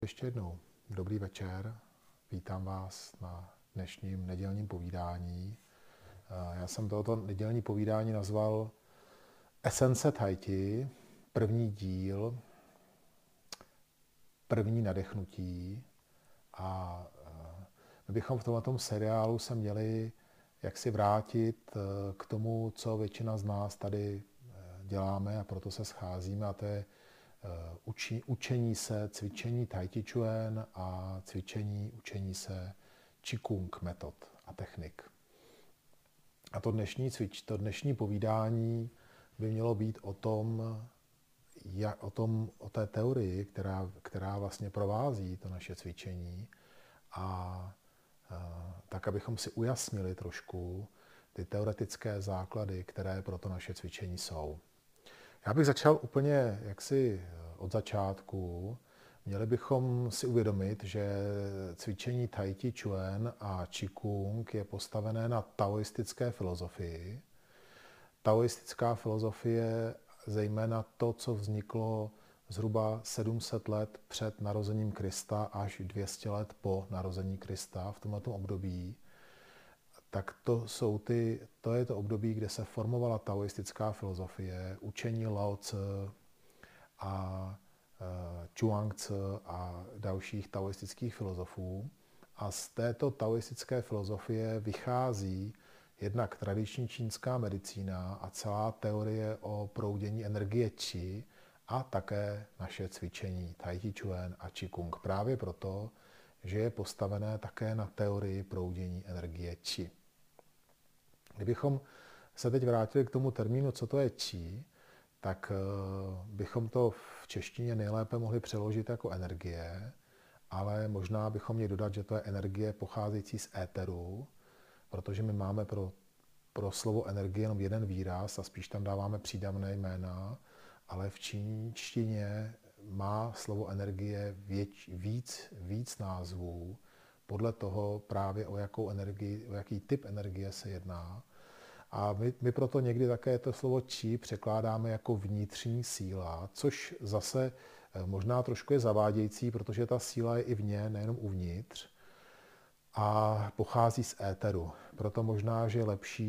Ještě jednou dobrý večer, vítám vás na dnešním nedělním povídání. Já jsem tohoto nedělní povídání nazval Esence Tai Chi, první díl, první nadechnutí a my bychom v tomto seriálu se měli jaksi vrátit k tomu, co většina z nás tady děláme a proto se scházíme, a to je učení se, cvičení Tai Chi Chuan a učení se Qigong metod a technik. A to dnešní povídání by mělo být o té teorii, která vlastně provází to naše cvičení, a tak, abychom si ujasnili trošku ty teoretické základy, které pro to naše cvičení jsou. Já bych začal úplně jaksi od začátku. Měli bychom si uvědomit, že cvičení Tai Chi Chuan a Qigong je postavené na taoistické filozofii. Taoistická filozofie, zejména to, co vzniklo zhruba 700 let před narozením Krista až 200 let po narození Krista v tomto období, tak to je to období, kde se formovala taoistická filozofie, učení Lao Tse a Chuang Tse a dalších taoistických filozofů. A z této taoistické filozofie vychází jednak tradiční čínská medicína a celá teorie o proudění energie Qi a také naše cvičení Tai Chi Chuan a Qigong. Právě proto, že je postavené také na teorii proudění energie Qi. Kdybychom se teď vrátili k tomu termínu, co to je Qi, tak bychom to v češtině nejlépe mohli přeložit jako energie, ale možná bychom měli dodat, že to je energie pocházející z éteru, protože my máme pro slovo energie jenom jeden výraz a spíš tam dáváme přídavné jména, ale v čínštině má slovo energie víc názvů, podle toho právě o jaký typ energie se jedná. A my proto někdy také to slovo Qi překládáme jako vnitřní síla, což zase možná trošku je zavádějící, protože ta síla je i vně, nejenom uvnitř, a pochází z éteru. Proto možná, že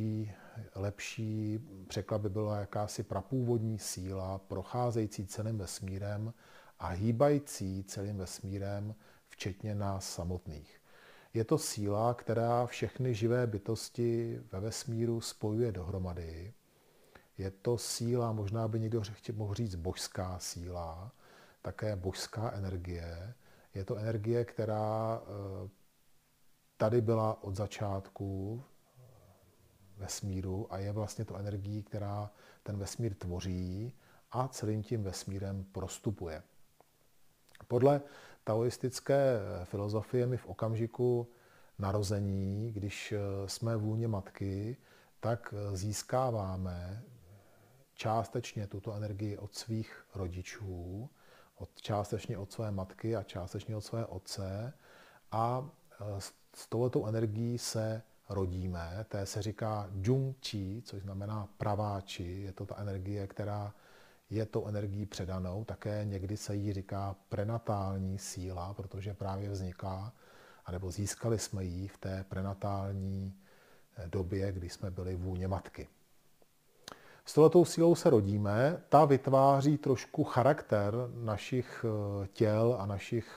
lepší překlad by byla jakási prapůvodní síla, procházející celým vesmírem a hýbající celým vesmírem, včetně nás samotných. Je to síla, která všechny živé bytosti ve vesmíru spojuje dohromady. Je to síla, možná by někdo mohl říct božská síla, také božská energie. Je to energie, která tady byla od začátku vesmíru a je vlastně to energií, která ten vesmír tvoří a celým tím vesmírem prostupuje. Podle taoistické filozofie my v okamžiku narození, když jsme v lůně matky, tak získáváme částečně tuto energii od svých rodičů, částečně od své matky a částečně od svého otce, a s touto energií se rodíme. Té se říká Jung Qi, což znamená pravá Qi. Je to ta energie, která je tou energií předanou. Také někdy se jí říká prenatální síla, protože právě vzniká, anebo získali jsme ji v té prenatální době, kdy jsme byli v lůně matky. S touhletou sílou se rodíme, ta vytváří trošku charakter našich těl a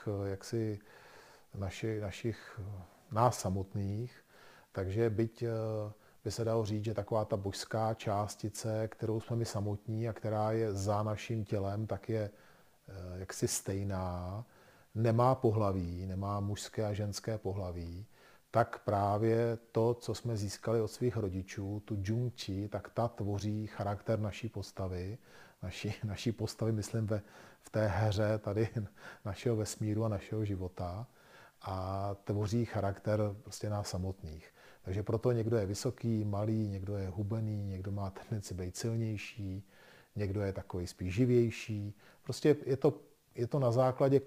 nás samotných, takže byť by se dalo říct, že taková ta božská částice, kterou jsme my samotní a která je za naším tělem, tak je jaksi stejná, nemá pohlaví, nemá mužské a ženské pohlaví, tak právě to, co jsme získali od svých rodičů, tu Jung Qi, tak ta tvoří charakter naší postavy. Naší postavy, myslím, v té hře tady našeho vesmíru a našeho života, a tvoří charakter prostě nás samotných. Takže proto někdo je vysoký, malý, někdo je hubený, někdo má tendenci být silnější, někdo je takový spíš živější. Prostě je to na základě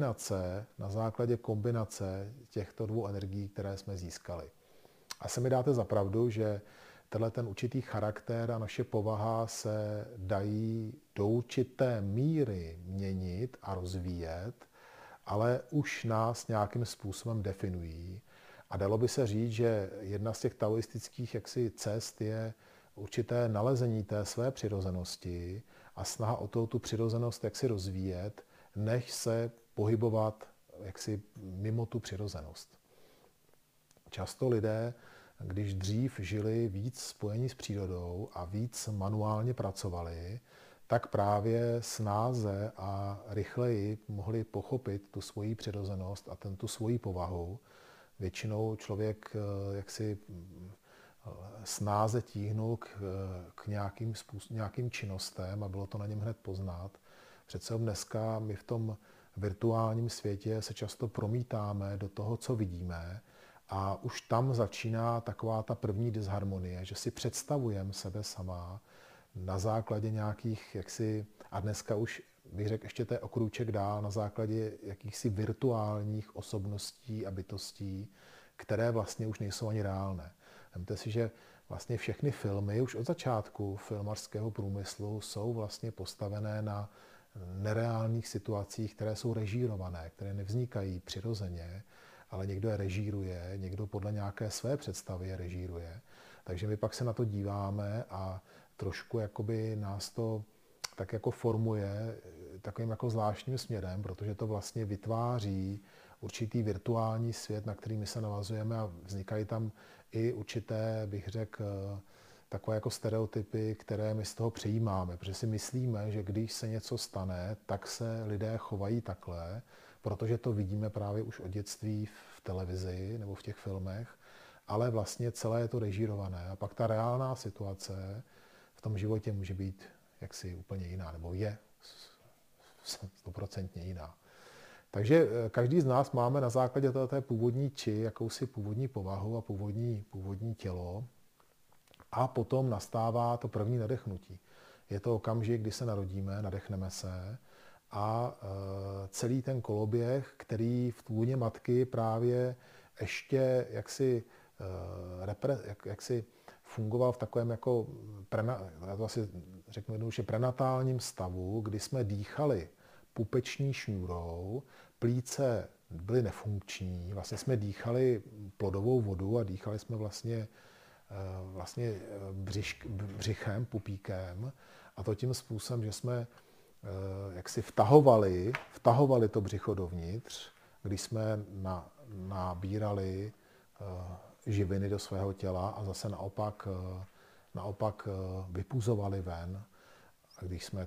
kombinace těchto dvou energií, které jsme získali. A se mi dáte za pravdu, že ten určitý charakter a naše povaha se dají do určité míry měnit a rozvíjet, ale už nás nějakým způsobem definují. A dalo by se říct, že jedna z těch taoistických cest je určité nalezení té své přirozenosti a snaha o tu přirozenost rozvíjet, než se pohybovat mimo tu přirozenost. Často lidé, když dřív žili víc spojení s přírodou a víc manuálně pracovali, tak právě snáze a rychleji mohli pochopit tu svoji přirozenost a tu svoji povahu. Většinou člověk snáze tíhnul k nějakým činnostem a bylo to na něm hned poznat. Přece dneska my v tom virtuálním světě se často promítáme do toho, co vidíme, a už tam začíná taková ta první disharmonie, že si představujeme sebe sama na základě nějakých, a dneska už bych řekl, ještě to je o krůček dál, na základě jakýchsi virtuálních osobností a bytostí, které vlastně už nejsou ani reálné. Vemte si, že vlastně všechny filmy už od začátku filmařského průmyslu jsou vlastně postavené na nereálních situacích, které jsou režírované, které nevznikají přirozeně, ale někdo je režíruje, někdo podle nějaké své představy je režíruje. Takže my pak se na to díváme a trošku jakoby nás to tak jako formuje takovým jako zvláštním směrem, protože to vlastně vytváří určitý virtuální svět, na který my se navazujeme, a vznikají tam i určité, bych řekl, takové jako stereotypy, které my z toho přejímáme, protože si myslíme, že když se něco stane, tak se lidé chovají takhle, protože to vidíme právě už od dětství v televizi nebo v těch filmech, ale vlastně celé je to režírované. A pak ta reálná situace v tom životě může být jaksi úplně jiná, nebo je 100% jiná. Takže každý z nás máme na základě té původní jakousi původní povahu a původní tělo, a potom nastává to první nadechnutí. Je to okamžik, kdy se narodíme, nadechneme se, a celý ten koloběh, který v tvůně matky právě ještě jaksi fungoval v takovém jako, já to asi řeknu jednoduše, prenatálním stavu, kdy jsme dýchali pupeční šňůrou, plíce byly nefunkční, vlastně jsme dýchali plodovou vodu a dýchali jsme vlastně břichem, pupíkem, a to tím způsobem, že jsme jaksi vtahovali to břicho dovnitř, když jsme nabírali živiny do svého těla, a zase naopak vypuzovali ven, a když jsme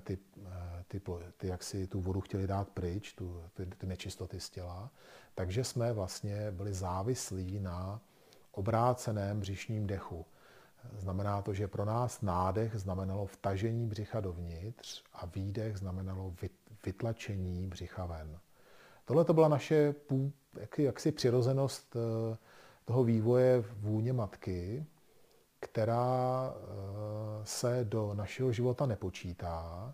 tu vodu chtěli dát pryč, ty nečistoty z těla, takže jsme vlastně byli závislí na obráceném břišním dechu. Znamená to, že pro nás nádech znamenalo vtažení břicha dovnitř a výdech znamenalo vytlačení břicha ven. Tohle to byla naše jaksi přirozenost toho vývoje vůně matky, která se do našeho života nepočítá.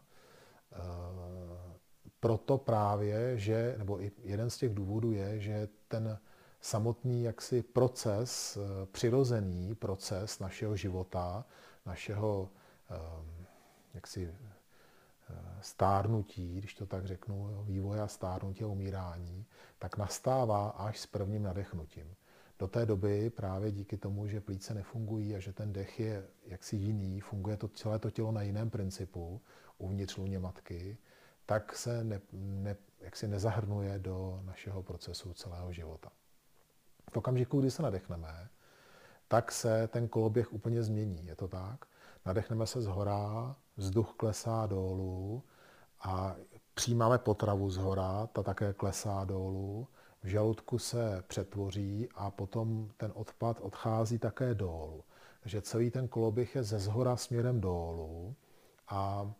Proto právě, nebo i jeden z těch důvodů je, že ten samotný jaksi proces, přirozený proces našeho života, našeho jaksi stárnutí, když to tak řeknu, vývoje a stárnutí a umírání, tak nastává až s prvním nadechnutím. Do té doby právě díky tomu, že plíce nefungují a že ten dech je jaksi jiný, funguje to celé to tělo na jiném principu uvnitř lůně matky, tak se jaksi nezahrnuje do našeho procesu celého života. V okamžiku, kdy se nadechneme, tak se ten koloběh úplně změní. Je to tak? Nadechneme se zhora, vzduch klesá dolů a přijímáme potravu zhora, ta také klesá dolů. V žaludku se přetvoří a potom ten odpad odchází také dolů. Takže celý ten koloběh je ze zhora směrem dolů a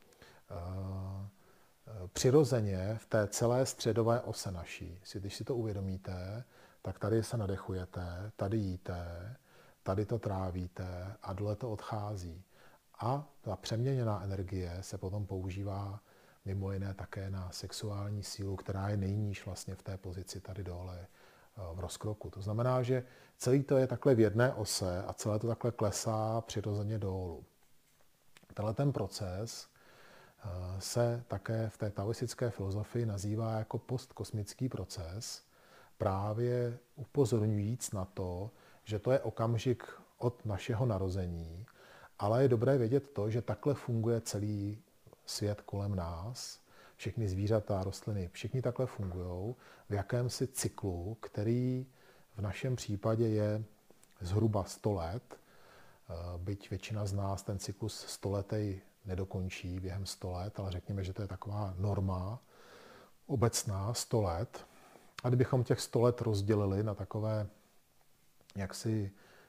přirozeně v té celé středové ose naší, když si to uvědomíte, tak tady se nadechujete, tady jíte, tady to trávíte a dole to odchází. A ta přeměněná energie se potom používá mimo jiné také na sexuální sílu, která je nejníž vlastně v té pozici tady dole v rozkroku. To znamená, že celý to je takhle v jedné ose a celé to takhle klesá přirozeně dolů. Tenhle ten proces se také v té taoistické filozofii nazývá jako postkosmický proces, právě upozorňujíc na to, že to je okamžik od našeho narození, ale je dobré vědět to, že takhle funguje celý svět kolem nás, všechny zvířata, rostliny, všichni takhle fungují v jakémsi cyklu, který v našem případě je zhruba 100 let, byť většina z nás ten cyklus 100letý nedokončí během 100 let, ale řekněme, že to je taková norma obecná 100 let. A kdybychom těch 100 let rozdělili na takové jaksi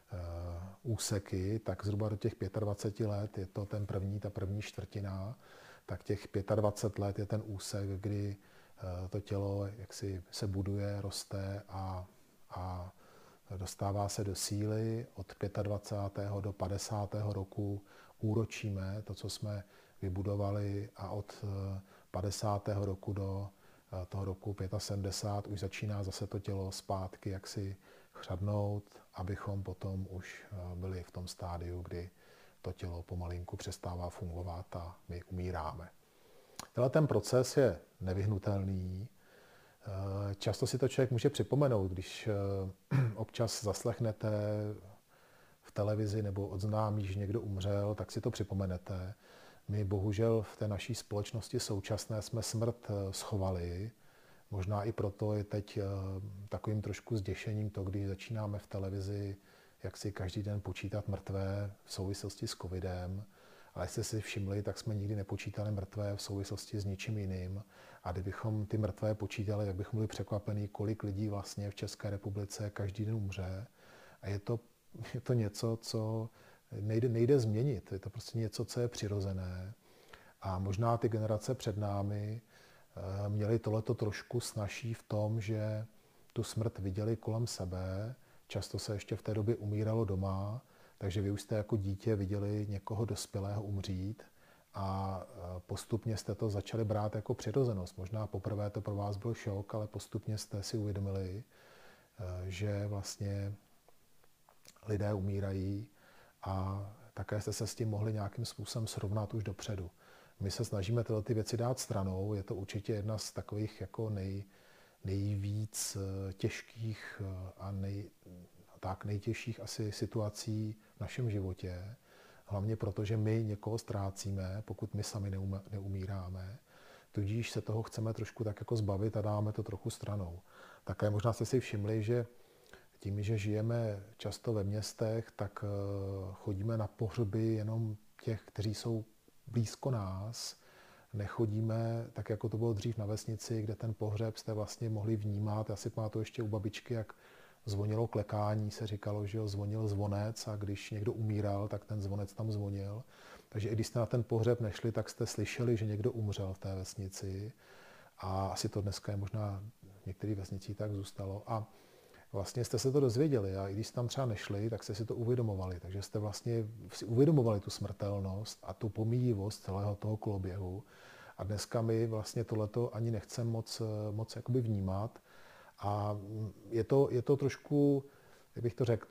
úseky, tak zhruba do těch 25 let je to ta první čtvrtina, tak těch 25 let je ten úsek, kdy to tělo jaksi se buduje, roste a dostává se do síly. Od 25. do 50. roku úročíme to, co jsme vybudovali, a od 50. roku do toho roku 75 už začíná zase to tělo zpátky jaksi chřadnout, abychom potom už byli v tom stádiu, kdy to tělo pomalinku přestává fungovat a my umíráme. Tenhle ten proces je nevyhnutelný. Často si to člověk může připomenout, když občas zaslechnete v televizi nebo od známých, že někdo umřel, tak si to připomenete. My bohužel v té naší společnosti současné jsme smrt schovali. Možná i proto je teď takovým trošku zděšením to, když začínáme v televizi jak si každý den počítat mrtvé v souvislosti s covidem. Ale jestli si všimli, tak jsme nikdy nepočítali mrtvé v souvislosti s ničím jiným. A kdybychom ty mrtvé počítali, tak bychom byli překvapení, kolik lidí vlastně v České republice každý den umře. A je to něco, co nejde změnit. Je to prostě něco, co je přirozené. A možná ty generace před námi měli tohleto trošku snazší v tom, že tu smrt viděli kolem sebe. Často se ještě v té době umíralo doma, takže vy už jste jako dítě viděli někoho dospělého umřít a postupně jste to začali brát jako přirozenost. Možná poprvé to pro vás byl šok, ale postupně jste si uvědomili, že vlastně lidé umírají a také jste se s tím mohli nějakým způsobem srovnat už dopředu. My se snažíme tyhle ty věci dát stranou, je to určitě jedna z takových jako nejvíc těžkých a nejtěžších asi situací v našem životě. Hlavně proto, že my někoho ztrácíme, pokud my sami neumíráme. Tudíž se toho chceme trošku tak jako zbavit a dáme to trochu stranou. Také možná jste si všimli, že tím, že žijeme často ve městech, tak chodíme na pohřby jenom těch, kteří jsou blízko nás. Nechodíme tak, jako to bylo dřív na vesnici, kde ten pohřeb jste vlastně mohli vnímat. Já si pamatuju ještě u babičky, jak zvonilo klekání, se říkalo, že zvonil zvonec a když někdo umíral, tak ten zvonec tam zvonil. Takže i když jste na ten pohřeb nešli, tak jste slyšeli, že někdo umřel v té vesnici. A asi to dneska je možná v některých vesnicích tak zůstalo. A vlastně jste se to dozvěděli a i když jste tam třeba nešli, tak jste si to uvědomovali. Takže jste vlastně si uvědomovali tu smrtelnost a tu pomíjivost celého toho koloběhu. A dneska my vlastně tohleto ani nechceme moc jakoby vnímat. A je to trošku, jak bych to řekl,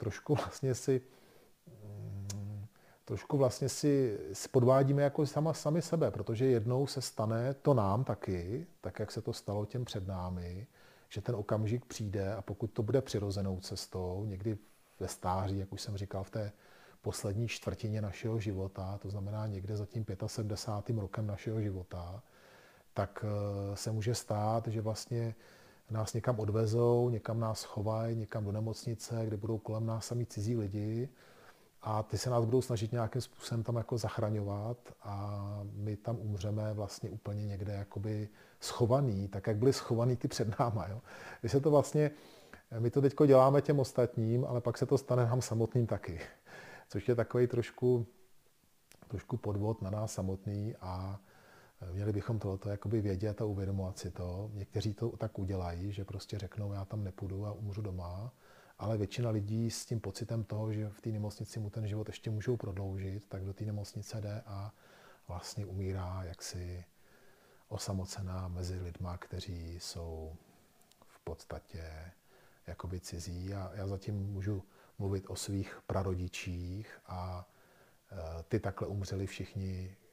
trošku vlastně si podvádíme jako sami sebe, protože jednou se stane to nám taky, tak jak se to stalo těm před námi, že ten okamžik přijde a pokud to bude přirozenou cestou, někdy ve stáří, jak už jsem říkal, v té poslední čtvrtině našeho života, to znamená někde za tím 75. rokem našeho života, tak se může stát, že vlastně nás někam odvezou, někam nás chovají, někam do nemocnice, kde budou kolem nás sami cizí lidi a ty se nás budou snažit nějakým způsobem tam jako zachraňovat a my tam umřeme vlastně úplně někde jakoby schovaný, tak jak byli schovaný ty před náma. Jo? Když se to vlastně, my to teďko děláme těm ostatním, ale pak se to stane nám samotným taky. Což je takový trošku podvod na nás samotný a měli bychom tohleto jakoby vědět a uvědomovat si to. Někteří to tak udělají, že prostě řeknou, já tam nepůjdu a umřu doma, ale většina lidí s tím pocitem toho, že v té nemocnici mu ten život ještě můžou prodloužit, tak do té nemocnice jde a vlastně umírá jaksi osamocená mezi lidma, kteří jsou v podstatě jakoby cizí. A já zatím můžu mluvit o svých prarodičích a ty takhle umřeli všichni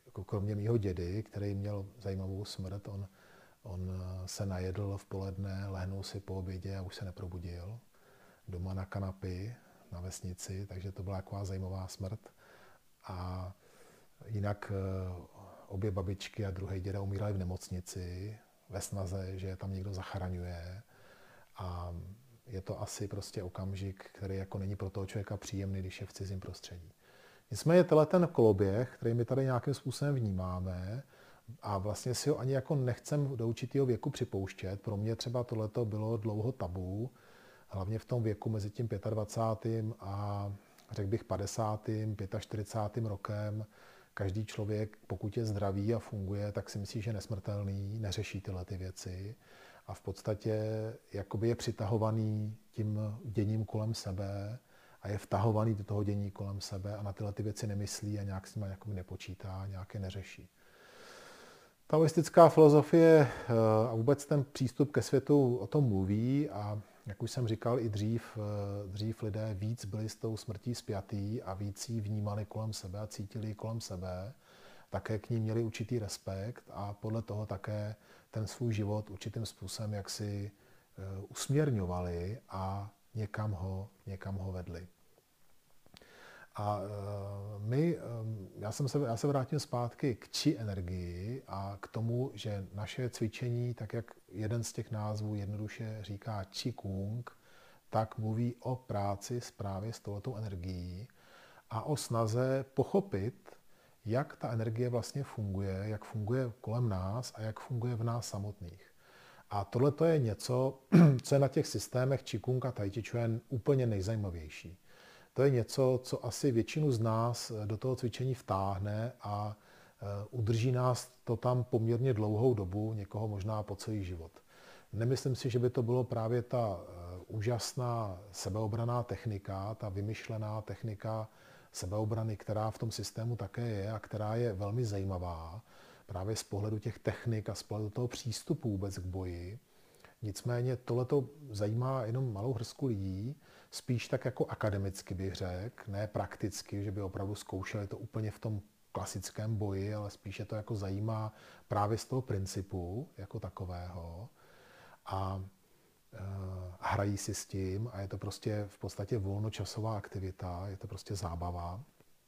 jako kromě mýho dědy, který měl zajímavou smrt, on se najedl v poledne, lehnul si po obědě a už se neprobudil. Doma na kanapy, na vesnici, takže to byla taková zajímavá smrt. A jinak obě babičky a druhý děda umírali v nemocnici ve snaze, že je tam někdo zachraňuje. A je to asi prostě okamžik, který jako není pro toho člověka příjemný, když je v cizím prostředí. Nicméně ten koloběh, který my tady nějakým způsobem vnímáme, a vlastně si ho ani jako nechcem do určitého věku připouštět. Pro mě třeba tohleto bylo dlouho tabu, hlavně v tom věku mezi tím 25. a řekl bych 50., 45. rokem. Každý člověk, pokud je zdravý a funguje, tak si myslí, že je nesmrtelný, neřeší tyhle ty věci a v podstatě jakoby je přitahovaný tím děním kolem sebe a je vtahovaný do toho dění kolem sebe a na tyhle ty věci nemyslí a nějak s nimi nepočítá, nějak je neřeší. Taoistická filozofie a vůbec ten přístup ke světu o tom mluví a jak už jsem říkal i dřív lidé víc byli s tou smrtí spjatý a víc ji vnímali kolem sebe a cítili ji kolem sebe. Také k ní měli určitý respekt a podle toho také ten svůj život určitým způsobem jaksi usměrňovali a někam ho vedli. A já se vrátím zpátky k či energii a k tomu, že naše cvičení, tak jak jeden z těch názvů jednoduše říká Qigong, tak mluví o práci právě s touhletou energií a o snaze pochopit, jak ta energie vlastně funguje, jak funguje kolem nás a jak funguje v nás samotných. A tohle je něco, co je na těch systémech Qigong a Tai Chi Chuan úplně nejzajímavější. To je něco, co asi většinu z nás do toho cvičení vtáhne a udrží nás to tam poměrně dlouhou dobu, někoho možná po celý život. Nemyslím si, že by to bylo právě ta úžasná sebeobranná technika, ta vymyšlená technika sebeobrany, která v tom systému také je a která je velmi zajímavá právě z pohledu těch technik a z pohledu toho přístupu vůbec k boji. Nicméně tohleto zajímá jenom malou hrstku lidí, spíš tak jako akademicky bych řekl, ne prakticky, že by opravdu zkoušeli to úplně v tom klasickém boji, ale spíše to jako zajímá právě z toho principu jako takového a hrají si s tím a je to prostě v podstatě volnočasová aktivita, je to prostě zábava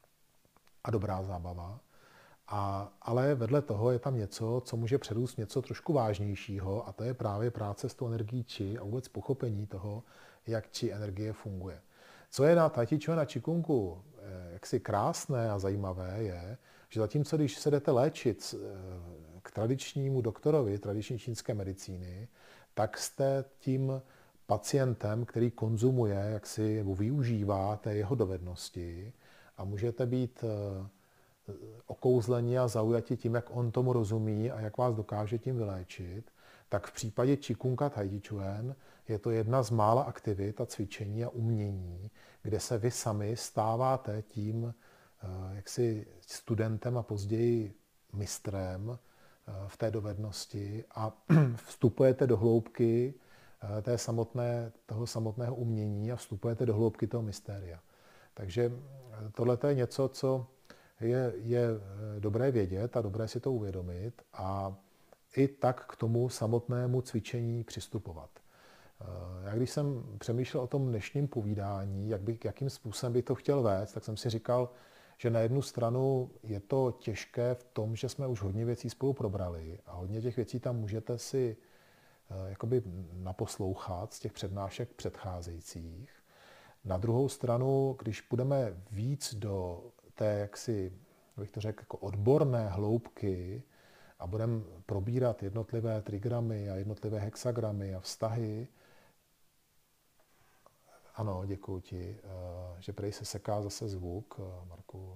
a dobrá zábava. Ale vedle toho je tam něco, co může předůst něco trošku vážnějšího a to je právě práce s tou energií Qi a vůbec pochopení toho, jak Qi energie funguje. Co je na Tai Chi Chuan a Qigongu jaksi krásné a zajímavé je, že zatímco když se jdete léčit k tradičnímu doktorovi, tradiční čínské medicíny, tak jste tím pacientem, který konzumuje, jaksi nebo využívá té jeho dovednosti a můžete být okouzleni a zaujati tím, jak on tomu rozumí a jak vás dokáže tím vyléčit, tak v případě Qigong a Tai Chi Chuan je to jedna z mála aktivit a cvičení a umění, kde se vy sami stáváte tím jaksi studentem a později mistrem v té dovednosti a vstupujete do hloubky toho samotného umění a vstupujete do hloubky toho mystéria. Takže tohle je něco, co je dobré vědět a dobré si to uvědomit a i tak k tomu samotnému cvičení přistupovat. Já když jsem přemýšlel o tom dnešním povídání, jakým způsobem bych to chtěl vést, tak jsem si říkal, že na jednu stranu je to těžké v tom, že jsme už hodně věcí spolu probrali a hodně těch věcí tam můžete si jakoby naposlouchat z těch přednášek předcházejících. Na druhou stranu, když půjdeme víc do té, jaksi, bych to řekl, jako odborné hloubky a budeme probírat jednotlivé trigramy a jednotlivé hexagramy a vztahy, ano, děkuji ti, že prej se seká zase zvuk, Marku,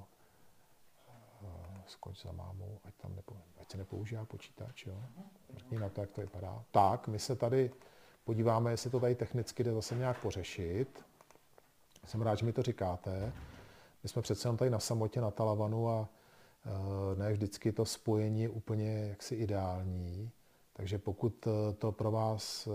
skoč za mámu, ať se nepoužívá počítač, jo? Mrkni na to, jak to vypadá. Tak, my se tady podíváme, jestli to tady technicky jde zase nějak pořešit. Jsem rád, že mi to říkáte. My jsme přece jenom tady na samotě na Talavanu a ne vždycky to spojení je úplně jaksi ideální. Takže pokud to pro vás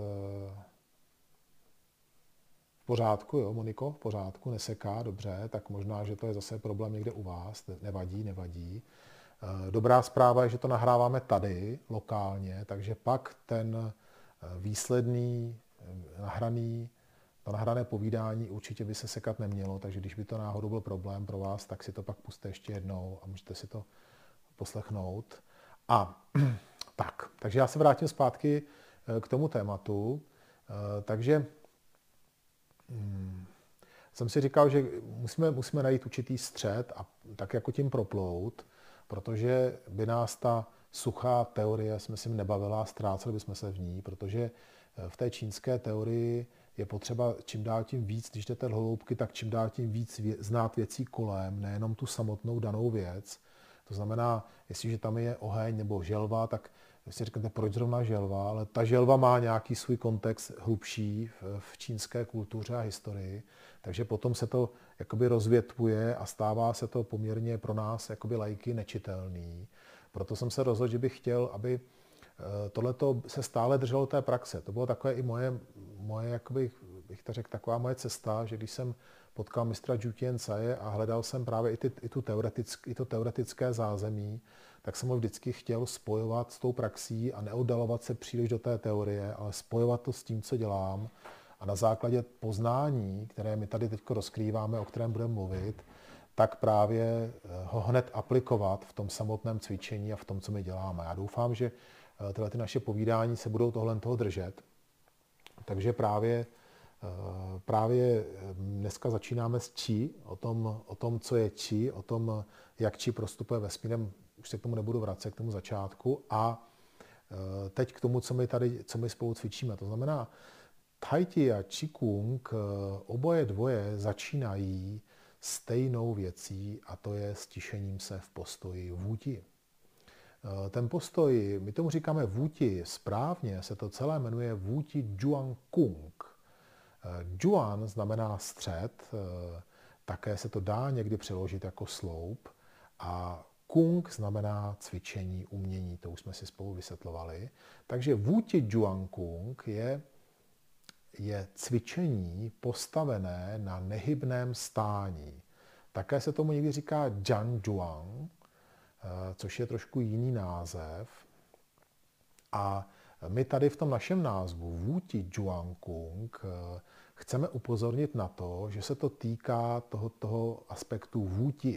v pořádku, jo, Moniko, v pořádku, neseká, dobře, tak možná, že to je zase problém někde u vás, nevadí. Dobrá zpráva je, že to nahráváme tady, lokálně, takže pak ten výsledný, to nahrané povídání určitě by se sekat nemělo, takže když by to náhodou byl problém pro vás, tak si to pak pusťte ještě jednou a můžete si to poslechnout. A takže já se vrátím zpátky k tomu tématu. Takže jsem si říkal, že musíme najít určitý střed a tak jako tím proplout, protože by nás ta suchá teorie, si myslím, nebavila a ztráceli bychom se v ní, protože v té čínské teorii je potřeba čím dál tím víc, když jdete do hloubky, tak čím dál tím víc znát věcí kolem, nejenom tu samotnou danou věc. To znamená, jestliže tam je oheň nebo želva, tak si řeknete, proč zrovna želva, ale ta želva má nějaký svůj kontext hlubší v čínské kultuře a historii, takže potom se to jakoby rozvětvuje a stává se to poměrně pro nás jakoby laiky nečitelný. Proto jsem se rozhodl, že bych chtěl, aby tohleto se stále drželo té praxe. To bylo takové i moje jakoby, bych to řekl, taková moje cesta, že když jsem potkal mistra Zhu Tiancaje a hledal jsem právě i to teoretické zázemí, tak jsem ho vždycky chtěl spojovat s tou praxí a neoddalovat se příliš do té teorie, ale spojovat to s tím, co dělám a na základě poznání, které my tady teď rozkrýváme, o kterém budeme mluvit, tak právě ho hned aplikovat v tom samotném cvičení a v tom, co my děláme. Já doufám, že tyhle ty naše povídání se budou toho držet. Takže právě dneska začínáme s Qi, o tom, co je Qi, o tom, jak Qi prostupuje vesmírem, už se k tomu nebudu vracet, k tomu začátku. A teď k tomu, co my spolu cvičíme. To znamená, Tai Chi a Qigong, oboje dvoje začínají stejnou věcí a to je stišením se v postoji Wu-Ti. Ten postoj, my tomu říkáme Wu-Ti, správně se to celé jmenuje Wu-Ti Zhuang Kung. Zhuan znamená střed, také se to dá někdy přeložit jako sloup a Kung znamená cvičení, umění, to už jsme si spolu vysvětlovali. Takže Wu-Ti Zhuang Kung je cvičení postavené na nehybném stání. Také se tomu někdy říká Zhan Zhuang, což je trošku jiný název. A my tady v tom našem názvu Wu-Ti Zhuang Kung chceme upozornit na to, že se to týká toho aspektu Wu-Ti.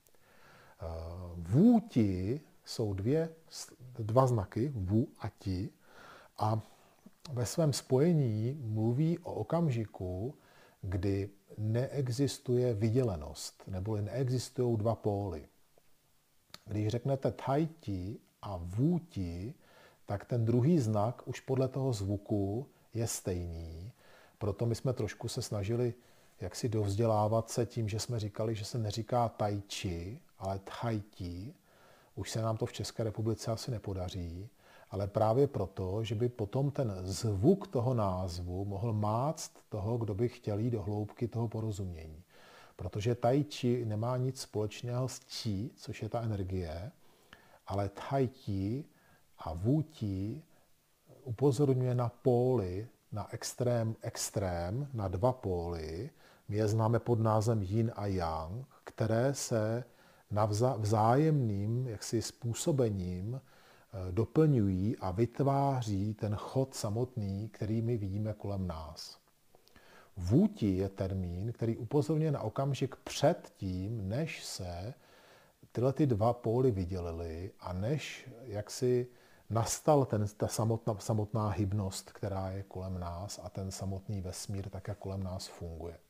Wu-Ti jsou dva znaky, Wu a Ti, a ve svém spojení mluví o okamžiku, kdy neexistuje vydělenost, neboli neexistují dva póly. Když řeknete Tai Chi a Wu-Ti, tak ten druhý znak už podle toho zvuku je stejný. Proto my jsme trošku se snažili jaksi dovzdělávat se tím, že jsme říkali, že se neříká Tai Chi, ale Tai Chi. Už se nám to v České republice asi nepodaří, ale právě proto, že by potom ten zvuk toho názvu mohl máct toho, kdo by chtěl jít do hloubky toho porozumění. Protože Tai Chi nemá nic společného s Qi, což je ta energie, ale Tai Chi a Wu-Ti upozorňuje na póly, na extrém, na dva póly. My je známe pod názvem Yin a Yang, které se vzájemným jaksi způsobením doplňují a vytváří ten chod samotný, který my vidíme kolem nás. Wu-Ti je termín, který upozorňuje na okamžik před tím, než se tyhle ty dva póly vydělily a než jaksi nastal ta samotná hybnost, která je kolem nás a ten samotný vesmír, tak jak kolem nás funguje.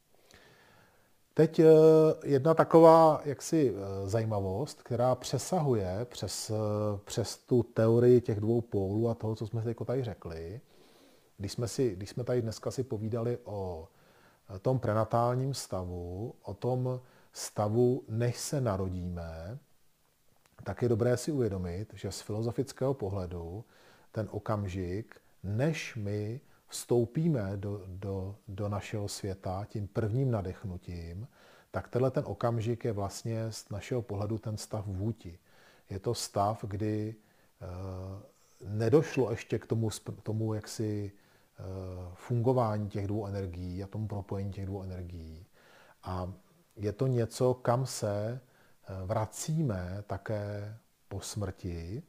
Teď jedna taková jaksi zajímavost, která přesahuje přes tu teorii těch dvou pólů a toho, co jsme teď tady řekli. Když jsme tady dneska si povídali o tom prenatálním stavu, o tom stavu, než se narodíme, tak je dobré si uvědomit, že z filozofického pohledu ten okamžik, než my vstoupíme do našeho světa tím prvním nadechnutím, tak tenhle ten okamžik je vlastně z našeho pohledu ten stav Wu-Ti. Je to stav, kdy nedošlo ještě k tomu jaksi fungování těch dvou energií a tomu propojení těch dvou energií. A je to něco, kam se vracíme také po smrti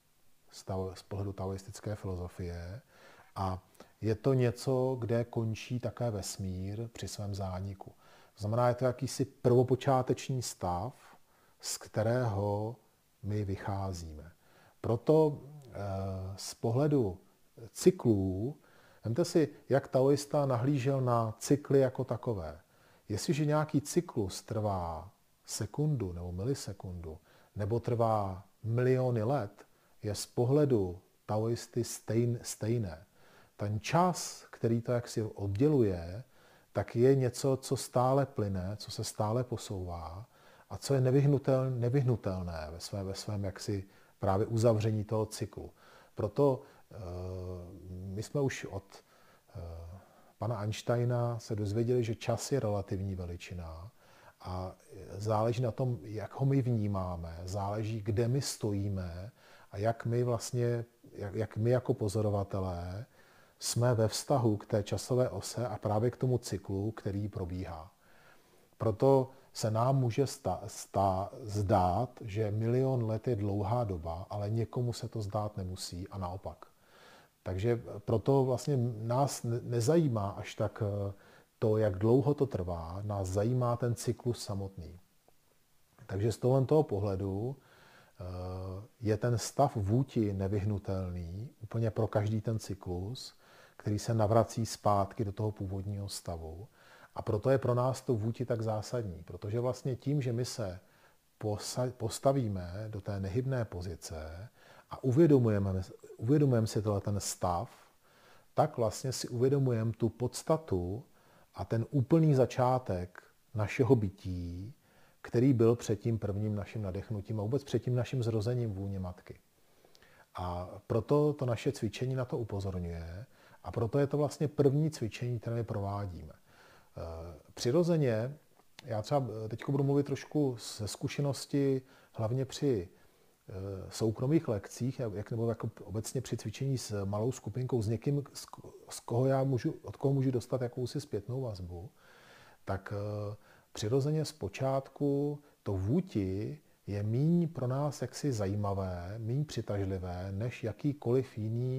z pohledu taoistické filozofie a je to něco, kde končí také vesmír při svém zániku. To znamená, je to jakýsi prvopočáteční stav, z kterého my vycházíme. Proto z pohledu cyklů, vemte si, jak taoista nahlížel na cykly jako takové. Jestliže nějaký cyklus trvá sekundu nebo milisekundu, nebo trvá miliony let, je z pohledu taoisty stejné. Ten čas, který to jaksi odděluje, tak je něco, co stále plyne, co se stále posouvá a co je nevyhnutelné ve svém jaksi právě uzavření toho cyklu. Proto my jsme už od pana Einsteina se dozvěděli, že čas je relativní veličina a záleží na tom, jak ho my vnímáme, záleží, kde my stojíme a jak my jako pozorovatelé jsme ve vztahu k té časové ose a právě k tomu cyklu, který probíhá. Proto se nám může zdát, že milion let je dlouhá doba, ale někomu se to zdát nemusí a naopak. Takže proto vlastně nás nezajímá až tak to, jak dlouho to trvá, nás zajímá ten cyklus samotný. Takže z tohoto pohledu je ten stav vůti nevyhnutelný úplně pro každý ten cyklus, který se navrací zpátky do toho původního stavu. A proto je pro nás to vůti tak zásadní, protože vlastně tím, že my se postavíme do té nehybné pozice a uvědomujeme si ten stav, tak vlastně si uvědomujeme tu podstatu a ten úplný začátek našeho bytí, který byl před tím prvním naším nadechnutím a vůbec před tím naším zrozením vůně matky. A proto to naše cvičení na to upozorňuje a proto je to vlastně první cvičení, které my provádíme. Přirozeně, já třeba teď budu mluvit trošku ze zkušenosti, hlavně při soukromých lekcích, nebo jako obecně při cvičení s malou skupinkou, s někým, od koho můžu dostat jakousi zpětnou vazbu, tak přirozeně zpočátku to vůti je míň pro nás jaksi zajímavé, míň přitažlivé, než jakýkoliv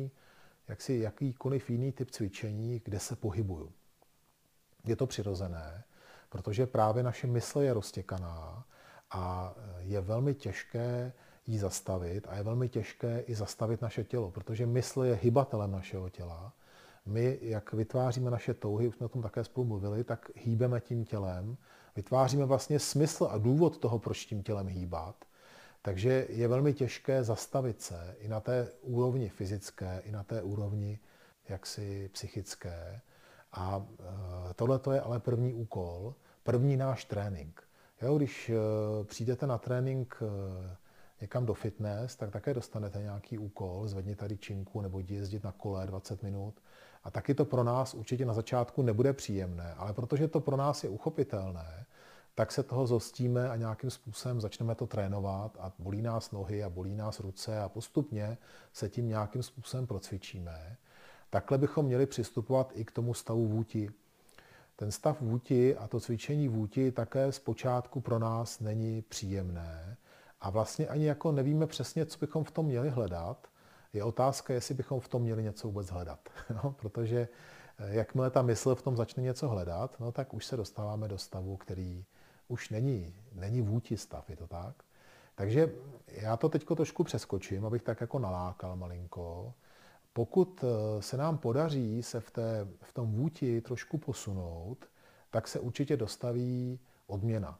jiný typ cvičení, kde se pohybuju. Je to přirozené, protože právě naše mysl je roztěkaná a je velmi těžké ji zastavit a je velmi těžké i zastavit naše tělo, protože mysl je hybatelem našeho těla. My, jak vytváříme naše touhy, už jsme o tom také spolu mluvili, tak hýbeme tím tělem, vytváříme vlastně smysl a důvod toho, proč tím tělem hýbat. Takže je velmi těžké zastavit se i na té úrovni fyzické, i na té úrovni jaksi psychické. A tohle je ale první úkol, první náš trénink. Jo, když přijdete na trénink někam do fitness, tak také dostanete nějaký úkol, zvedni tady činku nebo jdi jezdit na kole 20 minut. A taky to pro nás určitě na začátku nebude příjemné, ale protože to pro nás je uchopitelné, tak se toho zhostíme a nějakým způsobem začneme to trénovat a bolí nás nohy a bolí nás ruce a postupně se tím nějakým způsobem procvičíme. Takhle bychom měli přistupovat i k tomu stavu vůti. Ten stav vůti a to cvičení vůti také zpočátku pro nás není příjemné a vlastně ani jako nevíme přesně, co bychom v tom měli hledat. Je otázka, jestli bychom v tom měli něco vůbec hledat. No, protože jakmile ta mysl v tom začne něco hledat, no, tak už se dostáváme do stavu, který už není vůti stav, je to tak? Takže já to teď trošku přeskočím, abych tak jako nalákal malinko. Pokud se nám podaří se v tom vůti trošku posunout, tak se určitě dostaví odměna.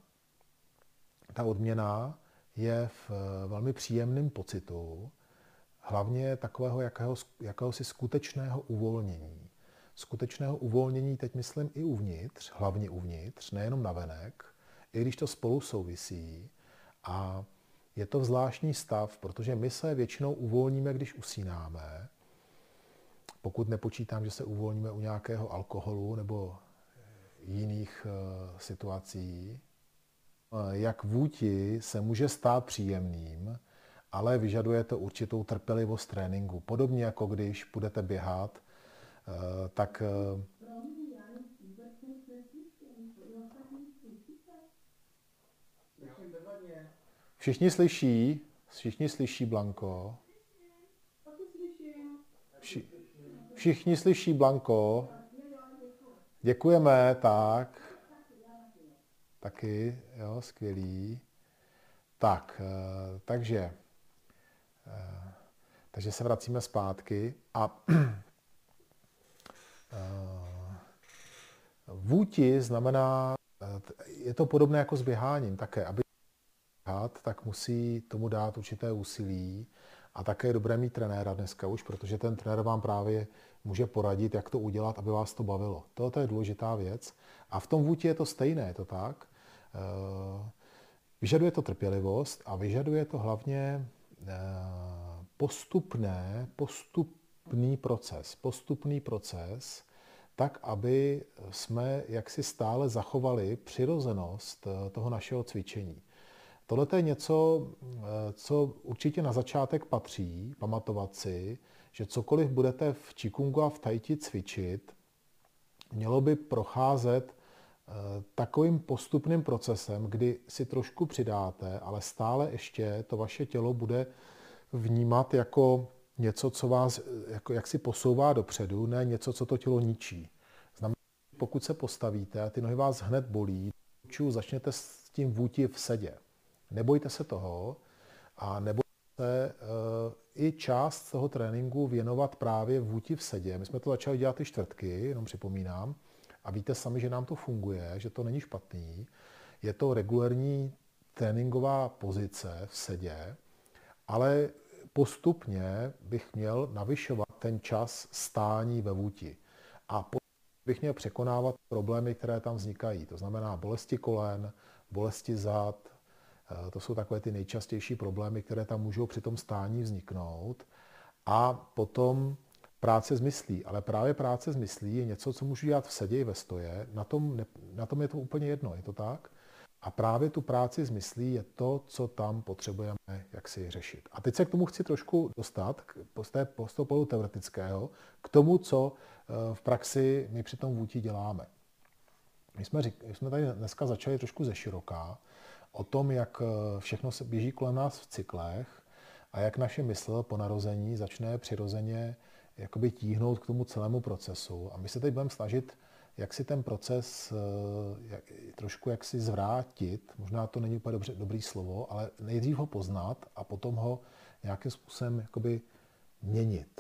Ta odměna je v velmi příjemném pocitu, hlavně takového jakéhosi skutečného uvolnění. Skutečného uvolnění teď myslím i uvnitř, hlavně uvnitř, nejenom navenek, i když to spolu souvisí. A je to zvláštní stav, protože my se většinou uvolníme, když usínáme, pokud nepočítám, že se uvolníme u nějakého alkoholu nebo jiných situací. Jak vůti se může stát příjemným, ale vyžaduje to určitou trpělivost tréninku. Podobně jako když budete běhat, tak Všichni slyší, Blanko. Všichni slyší, Blanko. Děkujeme, tak. Taky, jo, skvělý. Tak, takže se vracíme zpátky a vůti znamená, je to podobné jako s běháním také. Aby běhat, tak musí tomu dát určité úsilí a také je dobré mít trenéra dneska už, protože ten trenér vám právě může poradit, jak to udělat, aby vás to bavilo. To je důležitá věc. A v tom vůti je to stejné, je to tak. Vyžaduje to trpělivost a vyžaduje to hlavně postupný proces, tak, aby jsme jaksi stále zachovali přirozenost toho našeho cvičení. Tohle je něco, co určitě na začátek patří, pamatovat si, že cokoliv budete v Qigongu a v Tai Chi cvičit, mělo by procházet takovým postupným procesem, kdy si trošku přidáte, ale stále ještě to vaše tělo bude vnímat jako něco, co vás jaksi posouvá dopředu, ne něco, co to tělo ničí. Znamená, pokud se postavíte a ty nohy vás hned bolí, začněte s tím vůti v sedě. Nebojte se toho a nebojte se i část toho tréninku věnovat právě vůti v sedě. My jsme to začali dělat ty čtvrtky, jenom připomínám, a víte sami, že nám to funguje, že to není špatný. Je to regulární tréninková pozice v sedě, ale postupně bych měl navyšovat ten čas stání ve vůti. A bych měl překonávat problémy, které tam vznikají. To znamená bolesti kolen, bolesti zad. To jsou takové ty nejčastější problémy, které tam můžou při tom stání vzniknout. A potom práce s myslí. Ale právě práce s myslí je něco, co můžu dělat v sedě i ve stoje. Na tom je to úplně jedno, je to tak? A právě tu práci s myslí je to, co tam potřebujeme jaksi řešit. A teď se k tomu chci trošku dostat, z toho pohledu teoretického, k tomu, co v praxi my při tom vůti děláme. My jsme tady dneska začali trošku ze široká o tom, jak všechno se běží kolem nás v cyklech a jak naše mysl po narození začne přirozeně jakoby tíhnout k tomu celému procesu. A my se teď budeme snažit, jak si ten proces trošku jaksi zvrátit, možná to není úplně dobrý slovo, ale nejdřív ho poznat a potom ho nějakým způsobem jakoby měnit.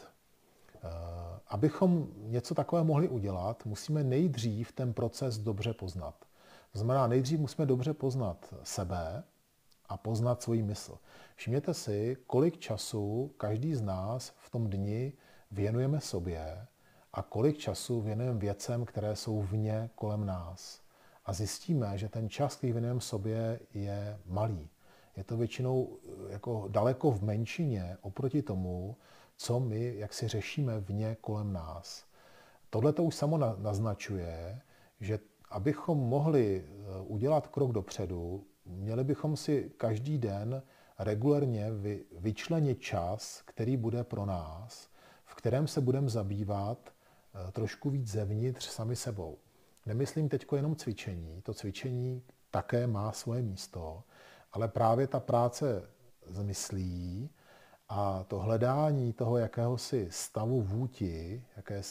Abychom něco takového mohli udělat, musíme nejdřív ten proces dobře poznat. To znamená, nejdřív musíme dobře poznat sebe a poznat svůj mysl. Všimněte si, kolik času každý z nás v tom dni věnujeme sobě a kolik času věnujeme věcem, které jsou vně kolem nás. A zjistíme, že ten čas, který věnujeme sobě, je malý. Je to většinou jako daleko v menšině oproti tomu, co my jak si řešíme vně kolem nás. Tohle to už samo naznačuje, že abychom mohli udělat krok dopředu, měli bychom si každý den regulérně vyčlenit čas, který bude pro nás, v kterém se budeme zabývat trošku víc zevnitř sami sebou. Nemyslím teď jenom cvičení, to cvičení také má svoje místo, ale právě ta práce s myslí a to hledání toho jakéhosi stavu vůti,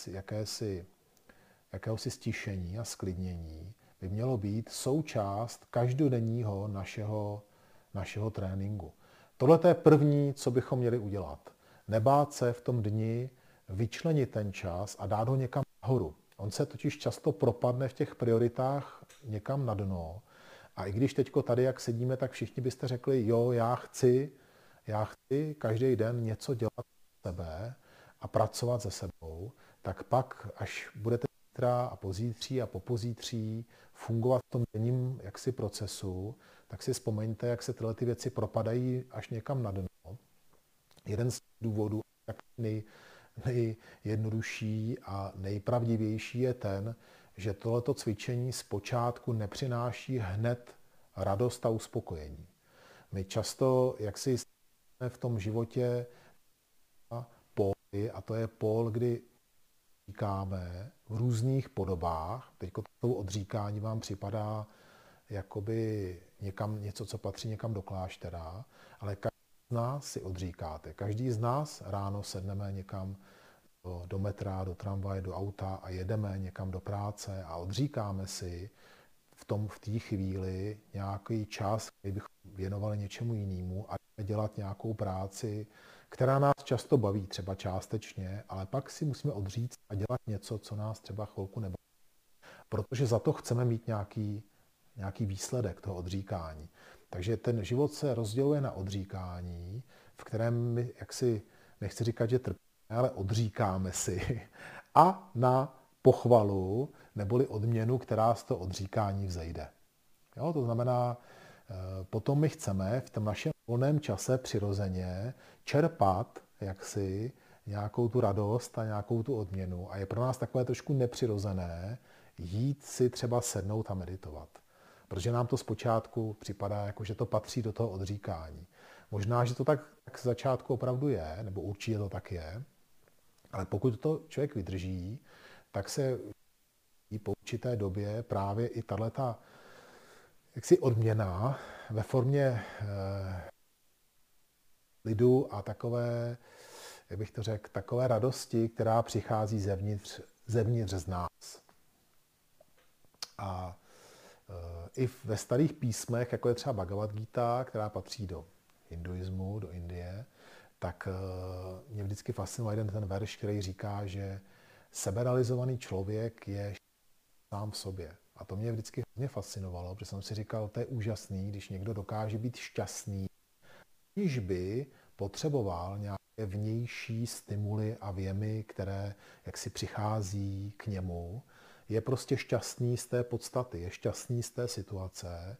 jakéhosi stišení a sklidnění by mělo být součást každodenního našeho tréninku. Tohle je první, co bychom měli udělat. Nebát se v tom dni vyčlenit ten čas a dát ho někam nahoru. On se totiž často propadne v těch prioritách někam na dno. A i když teďko tady, jak sedíme, tak všichni byste řekli, jo, já chci každý den něco dělat za sebe a pracovat se sebou, tak pak, až budete zítra a pozítří a popozítří fungovat v tom denním jaksi procesu, tak si vzpomeňte, jak se tyhle ty věci propadají až někam na dno. Jeden z důvodů, tak nejjednodušší a nejpravdivější je ten, že tohleto cvičení zpočátku nepřináší hned radost a uspokojení. My často, jak si jsme v tom životě póly, a to je pól, kdy říkáme v různých podobách. Teď to odříkání vám připadá jakoby něco, co patří někam do kláštera, ale každý z nás si odříkáte. Každý z nás ráno sedneme někam do metra, do tramvaje, do auta a jedeme někam do práce a odříkáme si v té chvíli nějaký čas, který bychom věnovali něčemu jinému a dělat nějakou práci, která nás často baví, třeba částečně, ale pak si musíme odříct a dělat něco, co nás třeba chvilku nebaví. Protože za to chceme mít nějaký výsledek toho odříkání. Takže ten život se rozděluje na odříkání, v kterém my, jaksi, nechci říkat, že trpíme, ale odříkáme si, a na pochvalu neboli odměnu, která z toho odříkání vzejde. Jo, to znamená, potom my chceme v tom našem volném čase přirozeně čerpat jaksi nějakou tu radost a nějakou tu odměnu. A je pro nás takové trošku nepřirozené jít si třeba sednout a meditovat. Protože nám to zpočátku připadá, jako že to patří do toho odříkání. Možná, že to tak z začátku opravdu je, nebo určitě to tak je, ale pokud to člověk vydrží, tak se po určité době právě i tato jaksi odměna ve formě lidu a takové, jak bych to řekl, takové radosti, která přichází zevnitř z nás. A i ve starých písmech, jako je třeba Bhagavad Gita, která patří do hinduismu, do Indie, tak mě vždycky fascinuje jeden ten verš, který říká, že seberealizovaný člověk je sám v sobě. A to mě vždycky hodně fascinovalo, protože jsem si říkal, to je úžasný, když někdo dokáže být šťastný, aniž by potřeboval nějaké vnější stimuly a vjemy, které jaksi přichází k němu. Je prostě šťastný z té podstaty, je šťastný z té situace,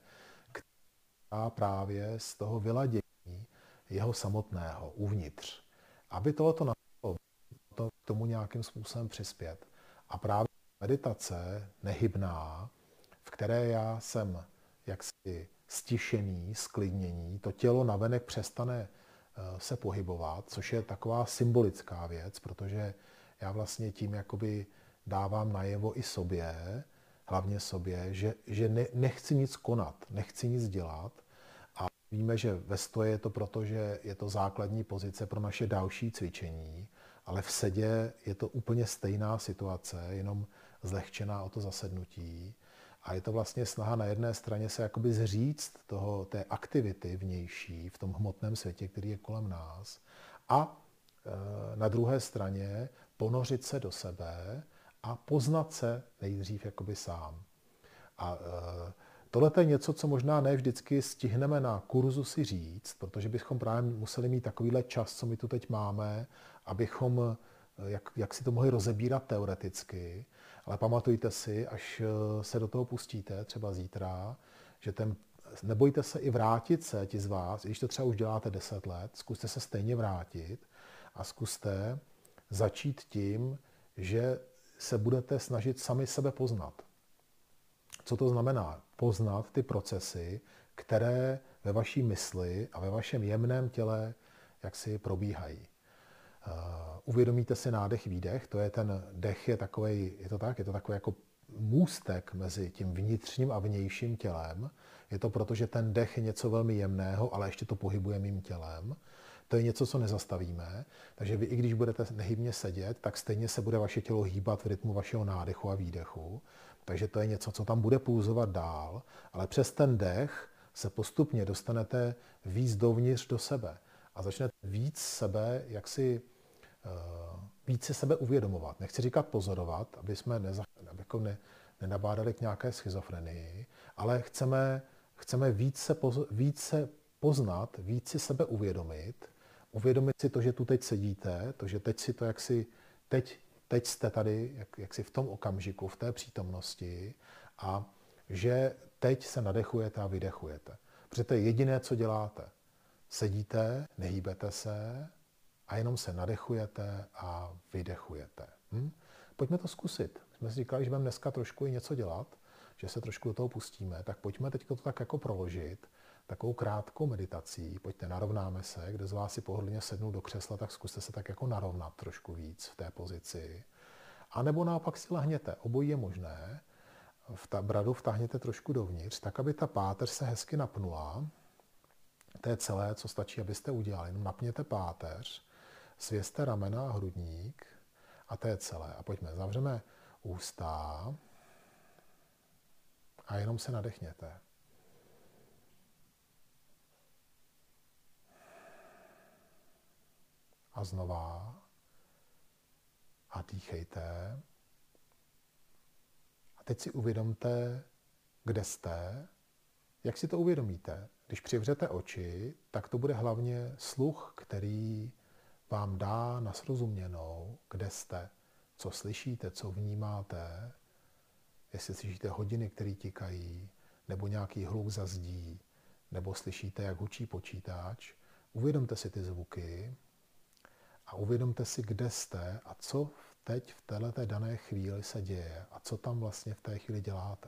která právě z toho vyladění jeho samotného uvnitř. Aby tohoto nastalo, to k tomu nějakým způsobem přispět. A právě meditace nehybná, v které já jsem jaksi stišený, sklidnění, to tělo navenek přestane se pohybovat, což je taková symbolická věc, protože já vlastně tím jakoby dávám najevo i sobě, hlavně sobě, že nechci nic konat, nechci nic dělat. A víme, že ve stoje je to proto, že je to základní pozice pro naše další cvičení, ale v sedě je to úplně stejná situace, jenom zlehčená o to zasednutí. A je to vlastně snaha na jedné straně se jakoby zříct té aktivity vnější v tom hmotném světě, který je kolem nás, a na druhé straně ponořit se do sebe a poznat se nejdřív jakoby sám. A tohle je něco, co možná ne vždycky stihneme na kurzu si říct, protože bychom právě museli mít takovýhle čas, co my tu teď máme, abychom jak si to mohli rozebírat teoreticky. Ale pamatujte si, až se do toho pustíte, třeba zítra, že nebojte se i vrátit se, ti z vás, když to třeba už děláte 10 let, zkuste se stejně vrátit a zkuste začít tím, že se budete snažit sami sebe poznat. Co to znamená? Poznat ty procesy, které ve vaší mysli a ve vašem jemném těle jaksi probíhají. Uvědomíte si nádech, výdech, to je ten dech, je takový jako můstek mezi tím vnitřním a vnějším tělem. Je to proto, že ten dech je něco velmi jemného, ale ještě to pohybuje mým tělem. To je něco, co nezastavíme, takže vy, i když budete nehybně sedět, tak stejně se bude vaše tělo hýbat v rytmu vašeho nádechu a výdechu. Takže to je něco, co tam bude pulzovat dál, ale přes ten dech se postupně dostanete víc dovnitř do sebe a začnete víc si sebe uvědomovat. Nechci říkat pozorovat, aby jsme nenabádali k nějaké schizofrenii, ale chceme více poznat, víc si sebe uvědomit si to, že tu teď sedíte, to, že teď si to teď jste tady, jaksi v tom okamžiku, v té přítomnosti a že teď se nadechujete a vydechujete. Protože to je jediné, co děláte. Sedíte, nehýbete se a jenom se nadechujete a vydechujete. Pojďme to zkusit. Jsme si říkali, že budeme dneska trošku i něco dělat, že se trošku do toho pustíme, tak pojďme teď to tak jako proložit takovou krátkou meditací. Pojďte, narovnáme se. Kdo z vás si pohodlně sednul do křesla, tak zkuste se tak jako narovnat trošku víc v té pozici. A nebo naopak si lehněte. Obojí je možné. Bradu vtáhněte trošku dovnitř, tak aby ta páteř se hezky napnula. To je celé, co stačí, abyste udělali. Jenom napněte páteř, svězte ramena a hrudník a to je celé. A pojďme, zavřeme ústa a jenom se nadechněte. A znova. A dýchejte. A teď si uvědomte, kde jste. Jak si to uvědomíte? Když přivřete oči, tak to bude hlavně sluch, který vám dá na srozuměnou, kde jste, co slyšíte, co vnímáte, jestli slyšíte hodiny, které tikají, nebo nějaký hluk za zdí, nebo slyšíte, jak hučí počítač. Uvědomte si ty zvuky a uvědomte si, kde jste a co teď v této dané chvíli se děje a co tam vlastně v té chvíli děláte.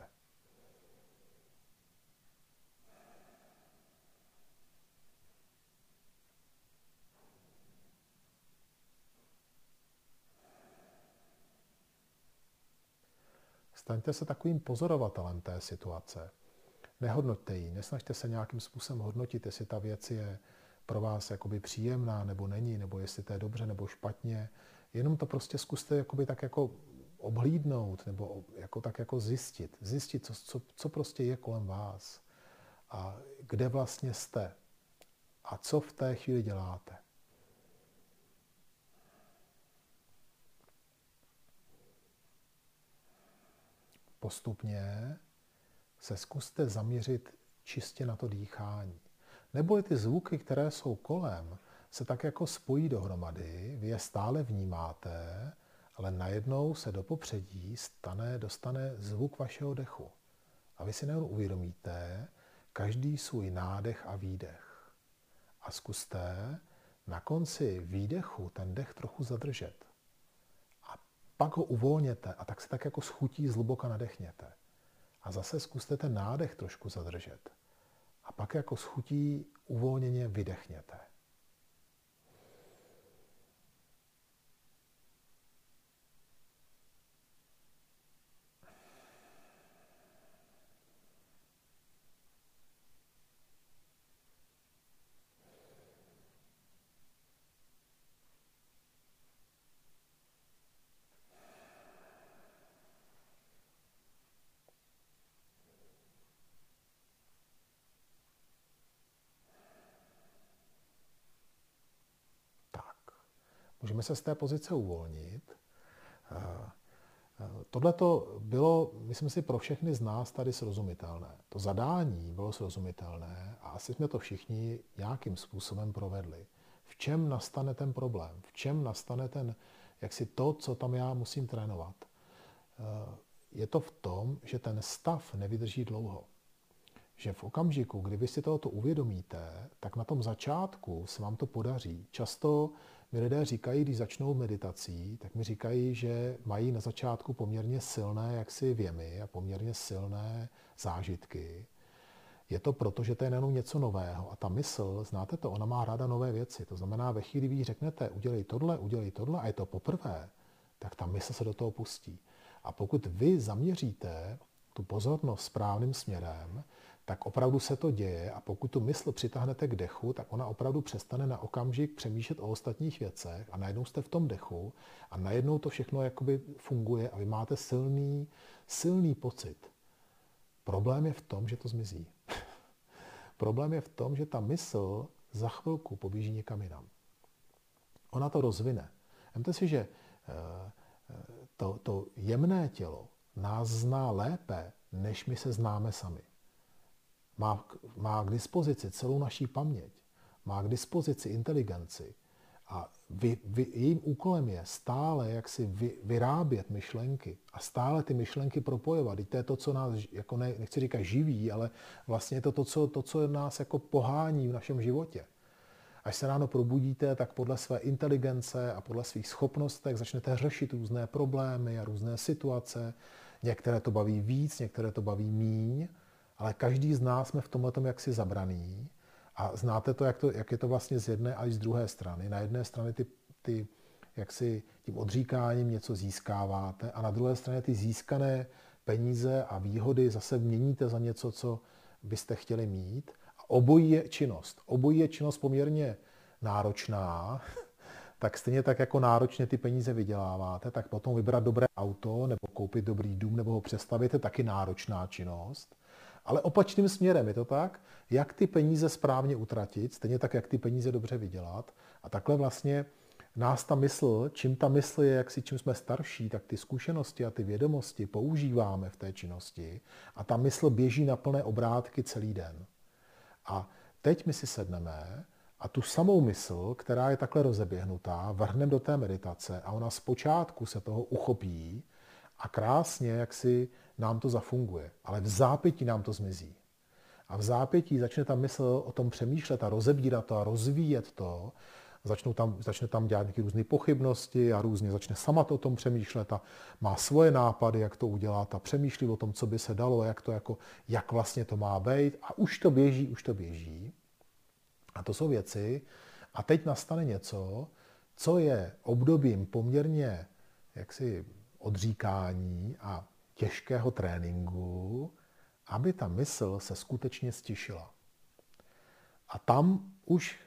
Staňte se takovým pozorovatelem té situace. Nehodnoťte ji, nesnažte se nějakým způsobem hodnotit, jestli ta věc je pro vás jakoby příjemná nebo není, nebo jestli to je dobře nebo špatně. Jenom to prostě zkuste jakoby tak jako obhlídnout nebo jako tak jako zjistit. Zjistit, co prostě je kolem vás a kde vlastně jste a co v té chvíli děláte. Postupně se zkuste zaměřit čistě na to dýchání. Neboli ty zvuky, které jsou kolem, se tak jako spojí dohromady, vy je stále vnímáte, ale najednou se do popředí dostane zvuk vašeho dechu. A vy si najednou uvědomíte každý svůj nádech a výdech. A zkuste na konci výdechu ten dech trochu zadržet. A pak ho uvolněte a tak se tak jako s chutí zhluboka nadechněte. A zase zkuste ten nádech trošku zadržet. A pak jako s chutí uvolněně vydechněte. Můžeme se z té pozice uvolnit. Tohle to bylo, myslím si, pro všechny z nás tady srozumitelné. To zadání bylo srozumitelné a asi jsme to všichni nějakým způsobem provedli. V čem nastane ten problém? V čem nastane jaksi to, co tam já musím trénovat? Je to v tom, že ten stav nevydrží dlouho. Že v okamžiku, kdy vy si tohoto uvědomíte, tak na tom začátku se vám to podaří. Často mi lidé říkají, když začnou meditací, tak mi říkají, že mají na začátku poměrně silné jaksi věmy a poměrně silné zážitky. Je to proto, že to je jenom něco nového. A ta mysl, znáte to, ona má ráda nové věci. To znamená, ve chvíli, kdy jí řeknete, udělej tohle a je to poprvé, tak ta mysl se do toho pustí. A pokud vy zaměříte tu pozornost správným směrem, tak opravdu se to děje a pokud tu mysl přitáhnete k dechu, tak ona opravdu přestane na okamžik přemýšlet o ostatních věcech a najednou jste v tom dechu a najednou to všechno jakoby funguje a vy máte silný pocit. Problém je v tom, že to zmizí. Problém je v tom, že ta mysl za chvilku poběží někam jinam. Ona to rozvine. Vemte si, že to jemné tělo nás zná lépe, než my se známe sami. Má k dispozici celou naší paměť, má k dispozici inteligenci a jejím úkolem je stále jaksi vyrábět myšlenky a stále ty myšlenky propojovat. To je to, co nás, jako nechci říkat živí, ale vlastně je to, co nás jako pohání v našem životě. Až se ráno probudíte, tak podle své inteligence a podle svých schopností začnete řešit různé problémy a různé situace. Některé to baví víc, některé to baví míň, ale každý z nás jsme v tomhletom jaksi zabraný a znáte to, jak je to vlastně z jedné a i z druhé strany. Na jedné straně jaksi tím odříkáním něco získáváte a na druhé straně ty získané peníze a výhody zase měníte za něco, co byste chtěli mít. A obojí je činnost. Obojí je činnost poměrně náročná, tak stejně tak jako náročně ty peníze vyděláváte, tak potom vybrat dobré auto nebo koupit dobrý dům nebo ho přestavět je taky náročná činnost. Ale opačným směrem je to tak, jak ty peníze správně utratit, stejně tak, jak ty peníze dobře vydělat. A takhle vlastně nás ta mysl, čím ta mysl je, čím jsme starší, tak ty zkušenosti a ty vědomosti používáme v té činnosti a ta mysl běží na plné obrátky celý den. A teď my si sedneme a tu samou mysl, která je takhle rozeběhnutá, vrhneme do té meditace a ona zpočátku se toho uchopí a krásně, jak si nám to zafunguje. Ale v zápětí nám to zmizí. A v zápětí začne ta mysl o tom přemýšlet a rozebírat to a rozvíjet to. Začne tam dělat nějaké různé pochybnosti a různě začne sama to o tom přemýšlet a má svoje nápady, jak to udělat a přemýšlí o tom, co by se dalo, jak vlastně to má být. A už to běží. A to jsou věci. A teď nastane něco, co je obdobím poměrně jaksi odříkání a těžkého tréninku, aby ta mysl se skutečně stišila. A tam už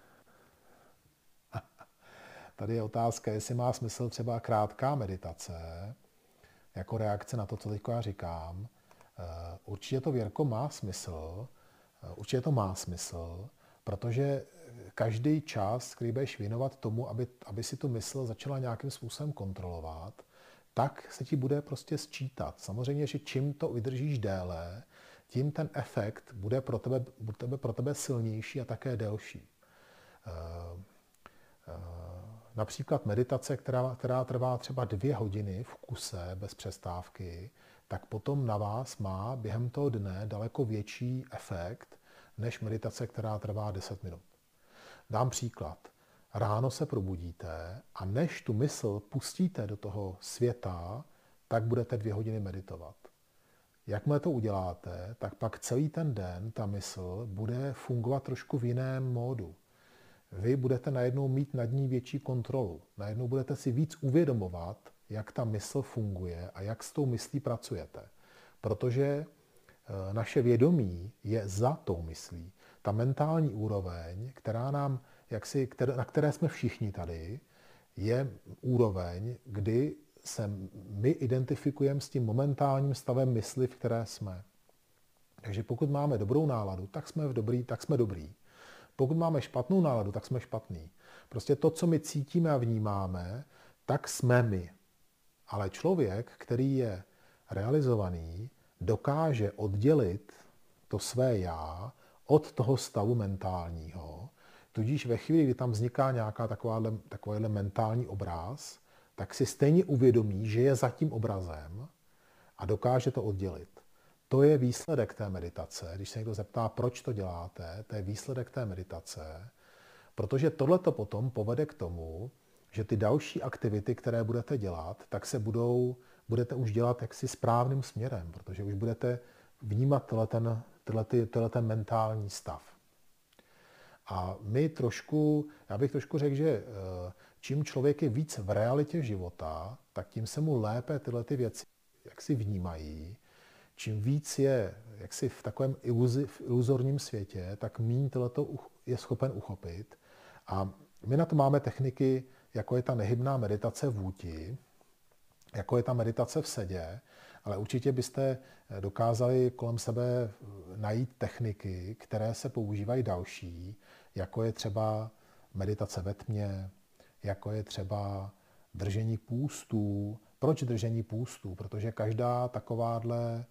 tady je otázka, jestli má smysl třeba krátká meditace, jako reakce na to, co teď já říkám. Určitě to, Věrko, má smysl. Určitě to má smysl, protože každý čas, který budeš věnovat tomu, aby si tu mysl začala nějakým způsobem kontrolovat, tak se ti bude prostě sčítat. Samozřejmě, že čím to vydržíš déle, tím ten efekt bude pro tebe silnější a také delší. Například meditace, která trvá třeba 2 hodiny v kuse bez přestávky, tak potom na vás má během toho dne daleko větší efekt, než meditace, která trvá 10 minut. Dám příklad. Ráno se probudíte a než tu mysl pustíte do toho světa, tak budete 2 hodiny meditovat. Jakmile to uděláte, tak pak celý ten den ta mysl bude fungovat trošku v jiném módu. Vy budete najednou mít nad ní větší kontrolu. Najednou budete si víc uvědomovat, jak ta mysl funguje a jak s tou myslí pracujete. Protože naše vědomí je za tou myslí. Ta mentální úroveň, na které jsme všichni tady, je úroveň, kdy se my identifikujeme s tím momentálním stavem mysli, v které jsme. Takže pokud máme dobrou náladu, tak jsme dobrý. Pokud máme špatnou náladu, tak jsme špatný. Prostě to, co my cítíme a vnímáme, tak jsme my. Ale člověk, který je realizovaný, dokáže oddělit to své já od toho stavu mentálního. Tudíž ve chvíli, kdy tam vzniká nějaká takovýhle mentální obraz, tak si stejně uvědomí, že je za tím obrazem a dokáže to oddělit. To je výsledek té meditace. Když se někdo zeptá, proč to děláte, to je výsledek té meditace, protože tohleto potom povede k tomu, že ty další aktivity, které budete dělat, tak budete už dělat jaksi správným směrem, protože už budete vnímat ten mentální stav. A já bych trošku řekl, že čím člověk je víc v realitě života, tak tím se mu lépe tyhle ty věci jaksi vnímají. Čím víc je jaksi v takovém iluzorním světě, tak míň tohleto je schopen uchopit. A my na to máme techniky, jako je ta nehybná meditace v úti, jako je ta meditace v sedě, ale určitě byste dokázali kolem sebe najít techniky, které se používají další, jako je třeba meditace ve tmě, jako je třeba držení půstů. Proč držení půstů? Protože každá takováhle,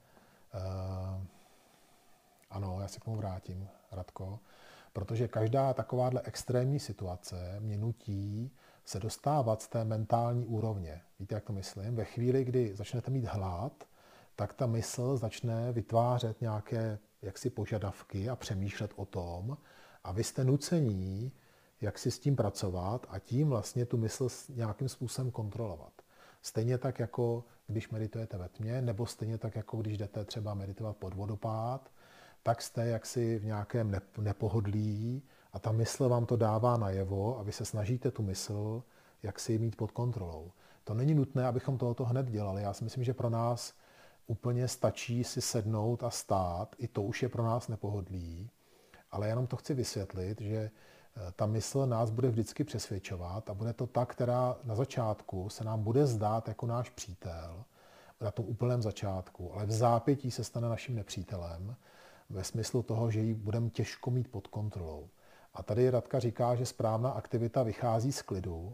ano, já se k tomu vrátím, Radko, protože každá takováhle extrémní situace mě nutí se dostávat z té mentální úrovně. Víte, jak to myslím? Ve chvíli, kdy začnete mít hlad, tak ta mysl začne vytvářet nějaké jaksi požadavky a přemýšlet o tom a vy jste nucení, jak si s tím pracovat a tím vlastně tu mysl nějakým způsobem kontrolovat. Stejně tak, jako když meditujete ve tmě, nebo stejně tak, jako když jdete třeba meditovat pod vodopád, tak jste jaksi v nějakém nepohodlí a ta mysl vám to dává najevo a vy se snažíte tu mysl jaksi mít pod kontrolou. To není nutné, abychom tohoto hned dělali. Já si myslím, že pro nás úplně stačí si sednout a stát, i to už je pro nás nepohodlí, ale jenom to chci vysvětlit, že ta mysl nás bude vždycky přesvědčovat a bude to ta, která na začátku se nám bude zdát jako náš přítel, na tom úplném začátku, ale v zápětí se stane naším nepřítelem ve smyslu toho, že ji budeme těžko mít pod kontrolou. A tady Radka říká, že správná aktivita vychází z klidu.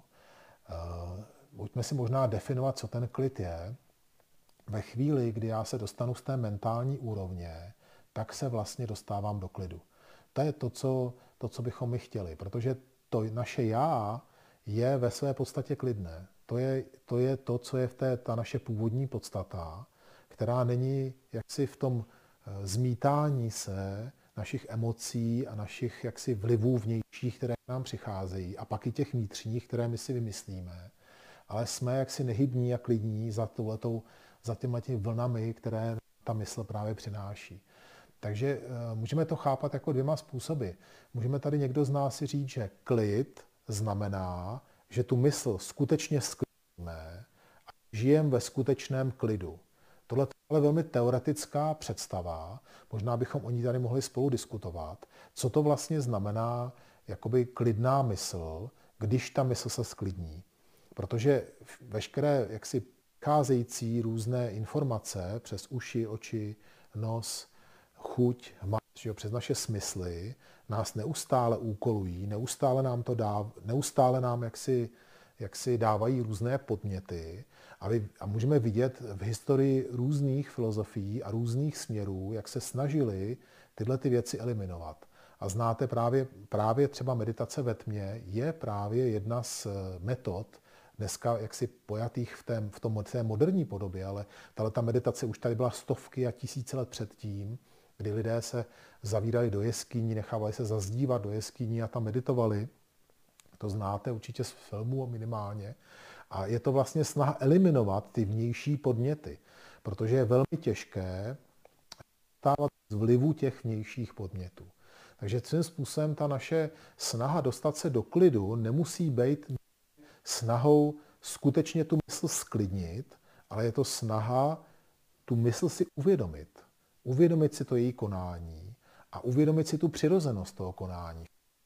Pojďme si možná definovat, co ten klid je. Ve chvíli, kdy já se dostanu z té mentální úrovně, tak se vlastně dostávám do klidu. To je to, co bychom my chtěli, protože to naše já je ve své podstatě klidné. To je to, co je ta naše původní podstata, která není jaksi v tom zmítání se našich emocí a našich jaksi vlivů vnějších, které k nám přicházejí, a pak i těch vnitřních, které my si vymyslíme. Ale jsme jaksi nehybní a klidní za těmi vlnami, které ta mysl právě přináší. Takže můžeme to chápat jako dvěma způsoby. Můžeme tady někdo z nás si říct, že klid znamená, že tu mysl skutečně sklidíme a žijeme ve skutečném klidu. Tohle je ale velmi teoretická představa, možná bychom o ní tady mohli spolu diskutovat, co to vlastně znamená jakoby klidná mysl, když ta mysl se sklidní. Protože veškeré jaksi přicházející různé informace přes uši, oči, nos, chuť, hmat, přes naše smysly nás neustále úkolují, neustále nám jaksi dávají různé podněty a můžeme vidět v historii různých filozofií a různých směrů, jak se snažili tyhle ty věci eliminovat. A znáte právě třeba meditace ve tmě je právě jedna z metod, dneska jaksi pojatých v té moderní podobě, ale ta meditace už tady byla stovky a tisíce let předtím, kdy lidé se zavírali do jeskyní, nechávali se zazdívat do jeskyní a tam meditovali. To znáte určitě z filmů minimálně. A je to vlastně snaha eliminovat ty vnější podněty, protože je velmi těžké stávat z vlivu těch vnějších podnětů. Takže tím způsobem ta naše snaha dostat se do klidu nemusí být snahou skutečně tu mysl sklidnit, ale je to snaha tu mysl si uvědomit. Uvědomit si to její konání a uvědomit si tu přirozenost toho konání.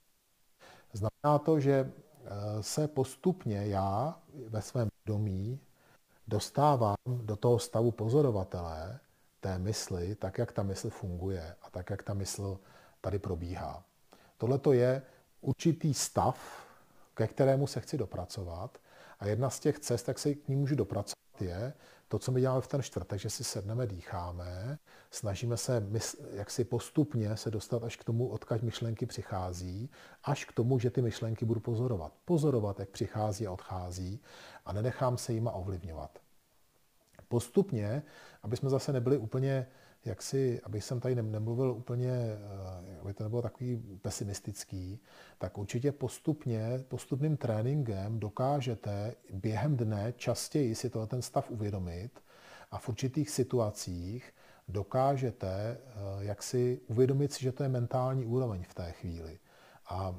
Znamená to, že se postupně já ve svém vědomí dostávám do toho stavu pozorovatele té mysli, tak, jak ta mysl funguje a tak, jak ta mysl tady probíhá. Tohle to je určitý stav, ke kterému se chci dopracovat, a jedna z těch cest, jak se k ní můžu dopracovat, je to, co my děláme v ten čtvrtek, že si sedneme, dýcháme, snažíme se jak si postupně se dostat až k tomu, odkud myšlenky přichází, až k tomu, že ty myšlenky budu pozorovat. Pozorovat, jak přichází a odchází, a nenechám se jima ovlivňovat. Postupně, aby jsme zase nebyli úplně, aby jsem tady nemluvil úplně, aby to nebylo takový pesimistický, tak určitě postupným tréninkem dokážete během dne častěji si ten stav uvědomit a v určitých situacích dokážete uvědomit si, že to je mentální úroveň v té chvíli. A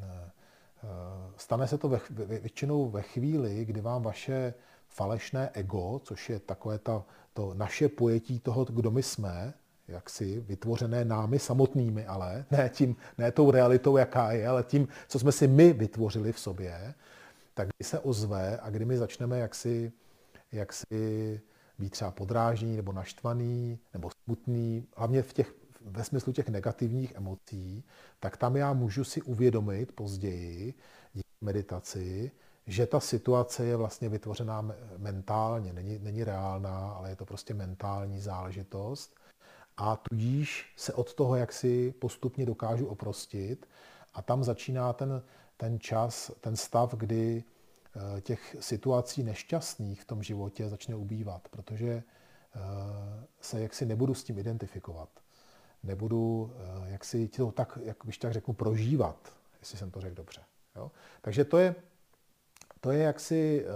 stane se to většinou ve chvíli, kdy vám vaše falešné ego, což je takové to naše pojetí toho, kdo my jsme, jaksi vytvořené námi samotnými, ale ne tou realitou, jaká je, ale tím, co jsme si my vytvořili v sobě, tak kdy se ozve a kdy my začneme jaksi být třeba podráždění nebo naštvaný nebo smutný, hlavně ve smyslu těch negativních emocí, tak tam já můžu si uvědomit později díky meditaci, že ta situace je vlastně vytvořená mentálně, není reálná, ale je to prostě mentální záležitost. A tudíž se od toho jaksi postupně dokážu oprostit a tam začíná ten čas, ten stav, kdy těch situací nešťastných v tom životě začne ubývat, protože se jaksi nebudu s tím identifikovat. Nebudu jaksi to tak, jak bych tak řeknu, prožívat, jestli jsem to řekl dobře. Jo? Takže to je jaksi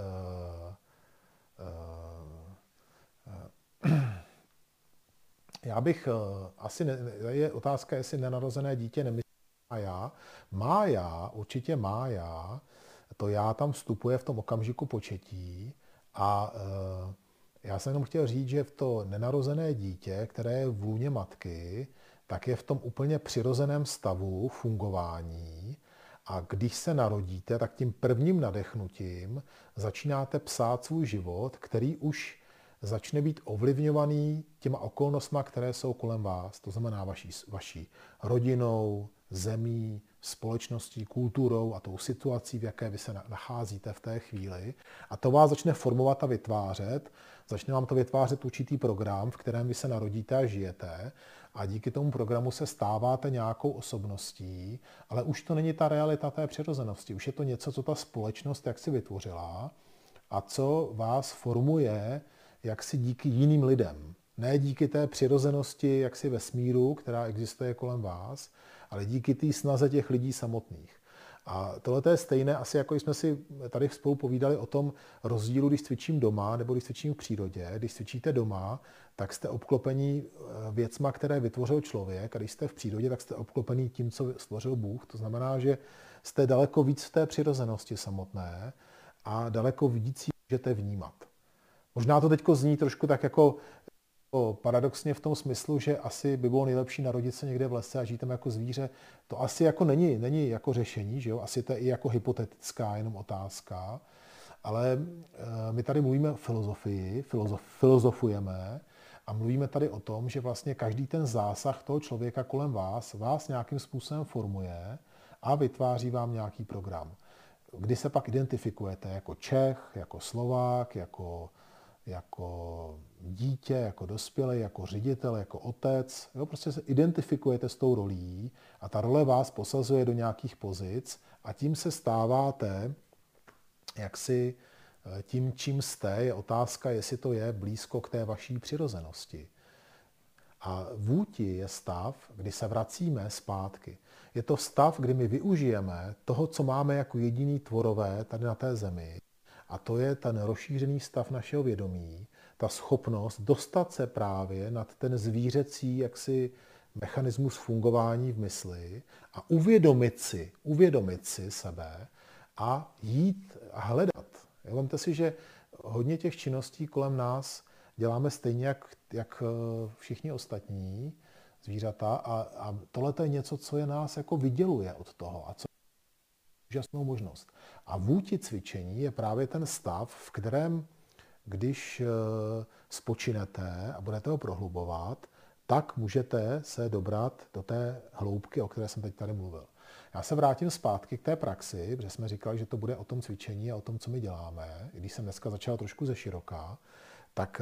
já bych asi, je otázka, jestli nenarozené dítě nemyslí já. Má já, určitě má já, to já tam vstupuje v tom okamžiku početí a Já jsem jenom chtěl říct, že v to nenarozené dítě, které je v vůni matky, tak je v tom úplně přirozeném stavu fungování. A když se narodíte, tak tím prvním nadechnutím začínáte psát svůj život, který už začne být ovlivňovaný těma okolnostma, které jsou kolem vás. To znamená vaší rodinou, zemí, společností, kulturou a tou situací, v jaké vy se nacházíte v té chvíli. A to vás začne formovat a vytvářet. Začne vám to vytvářet určitý program, v kterém vy se narodíte a žijete. A díky tomu programu se stáváte nějakou osobností, ale už to není ta realita té přirozenosti. Už je to něco, co ta společnost jaksi vytvořila a co vás formuje jaksi díky jiným lidem. Ne díky té přirozenosti jaksi vesmíru, která existuje kolem vás, ale díky té snaze těch lidí samotných. A tohle je stejné, asi jako jsme si tady spolu povídali o tom rozdílu, když cvičím doma nebo když cvičím v přírodě. Když cvičíte doma, tak jste obklopení věcma, které vytvořil člověk, a když jste v přírodě, tak jste obklopení tím, co stvořil Bůh. To znamená, že jste daleko víc v té přirozenosti samotné a daleko víc ji můžete vnímat. Možná to teďko zní trošku tak jako paradoxně v tom smyslu, že asi by bylo nejlepší narodit se někde v lese a žít tam jako zvíře. To asi jako není jako řešení, že jo? Asi to je i jako hypotetická jenom otázka. Ale my tady mluvíme o filozofii, filozofujeme a mluvíme tady o tom, že vlastně každý ten zásah toho člověka kolem vás nějakým způsobem formuje a vytváří vám nějaký program. Kdy se pak identifikujete jako Čech, jako Slovák, jako dítě, jako dospělý, jako ředitel, jako otec. Jo, prostě se identifikujete s tou rolí a ta role vás posazuje do nějakých pozic a tím se stáváte jaksi tím, čím jste. Je otázka, jestli to je blízko k té vaší přirozenosti. A vůti je stav, kdy se vracíme zpátky. Je to stav, kdy my využijeme toho, co máme jako jediný tvorové tady na té zemi. A to je ten rozšířený stav našeho vědomí, ta schopnost dostat se právě nad ten zvířecí jaksi mechanismus fungování v mysli a uvědomit si sebe a jít a hledat. Vemte si, že hodně těch činností kolem nás děláme stejně jak všichni ostatní zvířata a tohle je něco, co je nás jako vyděluje od toho a co je úžasnou možnost. A vůti cvičení je právě ten stav, v kterém, když spočinete a budete ho prohlubovat, tak můžete se dobrat do té hloubky, o které jsem teď tady mluvil. Já se vrátím zpátky k té praxi, protože jsme říkali, že to bude o tom cvičení a o tom, co my děláme. Když jsem dneska začal trošku ze široka, tak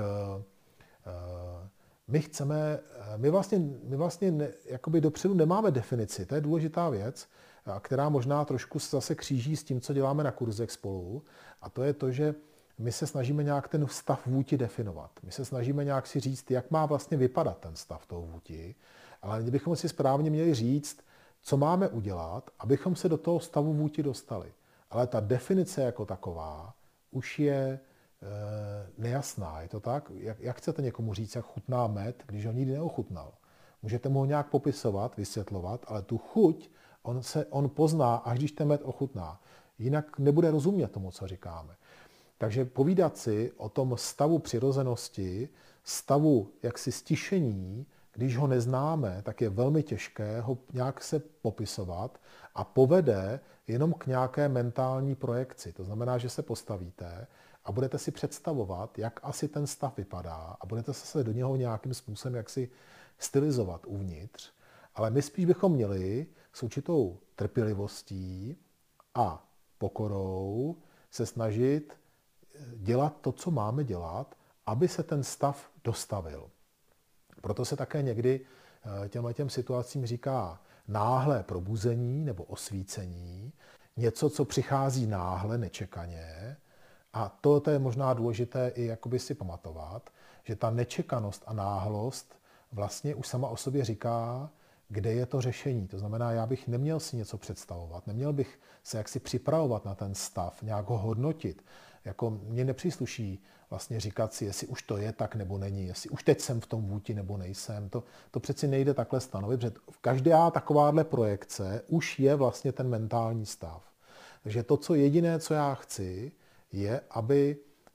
my vlastně jakoby dopředu nemáme definici. To je důležitá věc, která možná trošku zase kříží s tím, co děláme na kurzech spolu. A to je to, že my se snažíme nějak ten stav vůti definovat. My se snažíme nějak si říct, jak má vlastně vypadat ten stav toho vůti. Ale bychom si správně měli říct, co máme udělat, abychom se do toho stavu vůti dostali. Ale ta definice jako taková už je nejasná. Je to tak? Jak chcete někomu říct, jak chutná med, když ho nikdy neochutnal? Můžete mu ho nějak popisovat, vysvětlovat, ale tu chuť on pozná, až když ten med ochutná. Jinak nebude rozumět tomu, co říkáme. Takže povídat si o tom stavu přirozenosti, stavu jaksi stišení, když ho neznáme, tak je velmi těžké ho nějak se popisovat a povede jenom k nějaké mentální projekci. To znamená, že se postavíte a budete si představovat, jak asi ten stav vypadá a budete se do něho nějakým způsobem jaksi stylizovat uvnitř. Ale my spíš bychom měli s určitou trpělivostí a pokorou se snažit dělat to, co máme dělat, aby se ten stav dostavil. Proto se také někdy těmhletěm situacím říká náhlé probuzení nebo osvícení, něco, co přichází náhle, nečekaně. A to je možná důležité i jakoby si pamatovat, že ta nečekanost a náhlost vlastně už sama o sobě říká, kde je to řešení. To znamená, já bych neměl si něco představovat, neměl bych se jaksi připravovat na ten stav, nějak ho hodnotit. Jako mně nepřísluší vlastně říkat si, jestli už to je tak nebo není, jestli už teď jsem v tom vůti nebo nejsem. To přeci nejde takhle stanovit, protože každá takováhle projekce už je vlastně ten mentální stav. Takže to, co jediné, co já chci, je, aby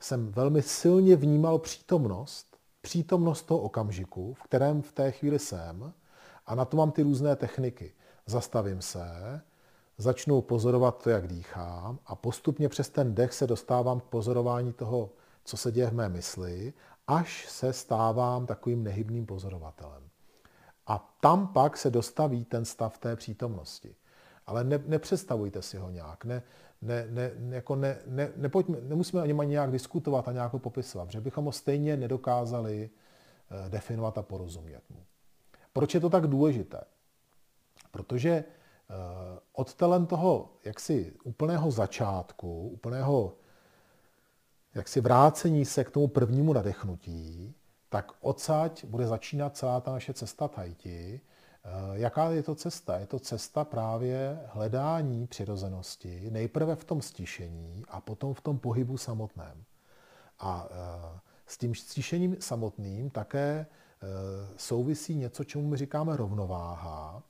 jsem velmi silně vnímal přítomnost toho okamžiku, v kterém v té chvíli jsem, a na to mám ty různé techniky. Zastavím se, začnu pozorovat to, jak dýchám, a postupně přes ten dech se dostávám k pozorování toho, co se děje v mé mysli, až se stávám takovým nehybným pozorovatelem. A tam pak se dostaví ten stav té přítomnosti. Ale nepředstavujte si ho nějak, nemusíme o něm ani nějak diskutovat a nějak ho popisovat, protože bychom ho stejně nedokázali definovat a porozumět mu. Proč je to tak důležité? Protože od toho jaksi úplného začátku, úplného jaksi vrácení se k tomu prvnímu nadechnutí, tak odsaď bude začínat celá ta naše cesta Tahiti. Jaká je to cesta? Je to cesta právě hledání přirozenosti, nejprve v tom stišení a potom v tom pohybu samotném. A s tím stišením samotným také souvisí něco, čemu my říkáme rovnováha.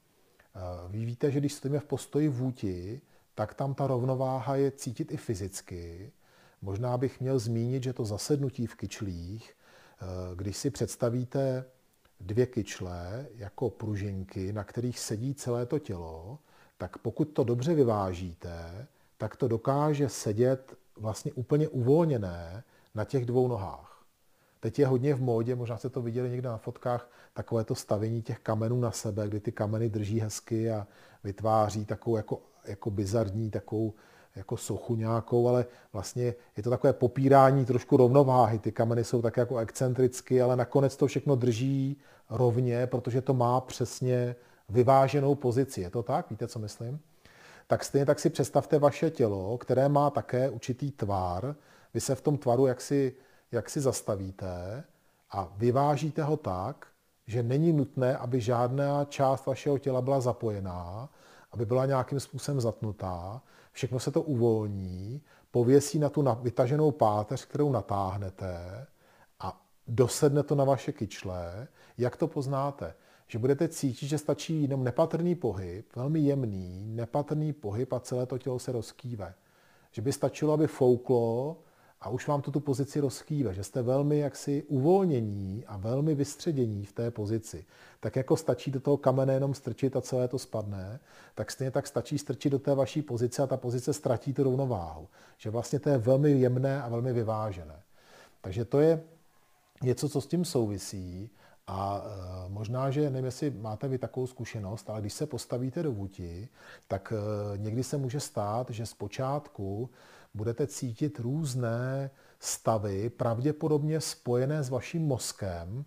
Vy víte, že když stojíme v postoji vůti, tak tam ta rovnováha je cítit i fyzicky. Možná bych měl zmínit, že to zasednutí v kyčlích, když si představíte 2 kyčle jako pružinky, na kterých sedí celé to tělo, tak pokud to dobře vyvážíte, tak to dokáže sedět vlastně úplně uvolněné na těch 2 nohách. Teď je hodně v módě, možná jste to viděli někde na fotkách, takové to stavění těch kamenů na sebe, kdy ty kameny drží hezky a vytváří takovou jako bizarní takovou jako sochu nějakou, ale vlastně je to takové popírání trošku rovnováhy. Ty kameny jsou tak jako excentricky, ale nakonec to všechno drží rovně, protože to má přesně vyváženou pozici. Je to tak? Víte, co myslím? Tak stejně tak si představte vaše tělo, které má také určitý tvar. Vy se v tom tvaru jaksi zastavíte a vyvážíte ho tak, že není nutné, aby žádná část vašeho těla byla zapojená, aby byla nějakým způsobem zatnutá. Všechno se to uvolní, pověsí na tu vytaženou páteř, kterou natáhnete a dosedne to na vaše kyčle. Jak to poznáte? Že budete cítit, že stačí jenom nepatrný pohyb, velmi jemný, nepatrný pohyb a celé to tělo se rozkýve. Že by stačilo, aby fouklo a už vám to tu pozici rozkýve, že jste velmi jaksi uvolnění a velmi vystředění v té pozici. Tak jako stačí do toho kamene jenom strčit a celé to spadne, tak stejně tak stačí strčit do té vaší pozice a ta pozice ztratí tu rovnováhu. Že vlastně to je velmi jemné a velmi vyvážené. Takže to je něco, co s tím souvisí a možná, že nevím, jestli máte vy takovou zkušenost, ale když se postavíte do vůti, tak někdy se může stát, že zpočátku budete cítit různé stavy, pravděpodobně spojené s vaším mozkem,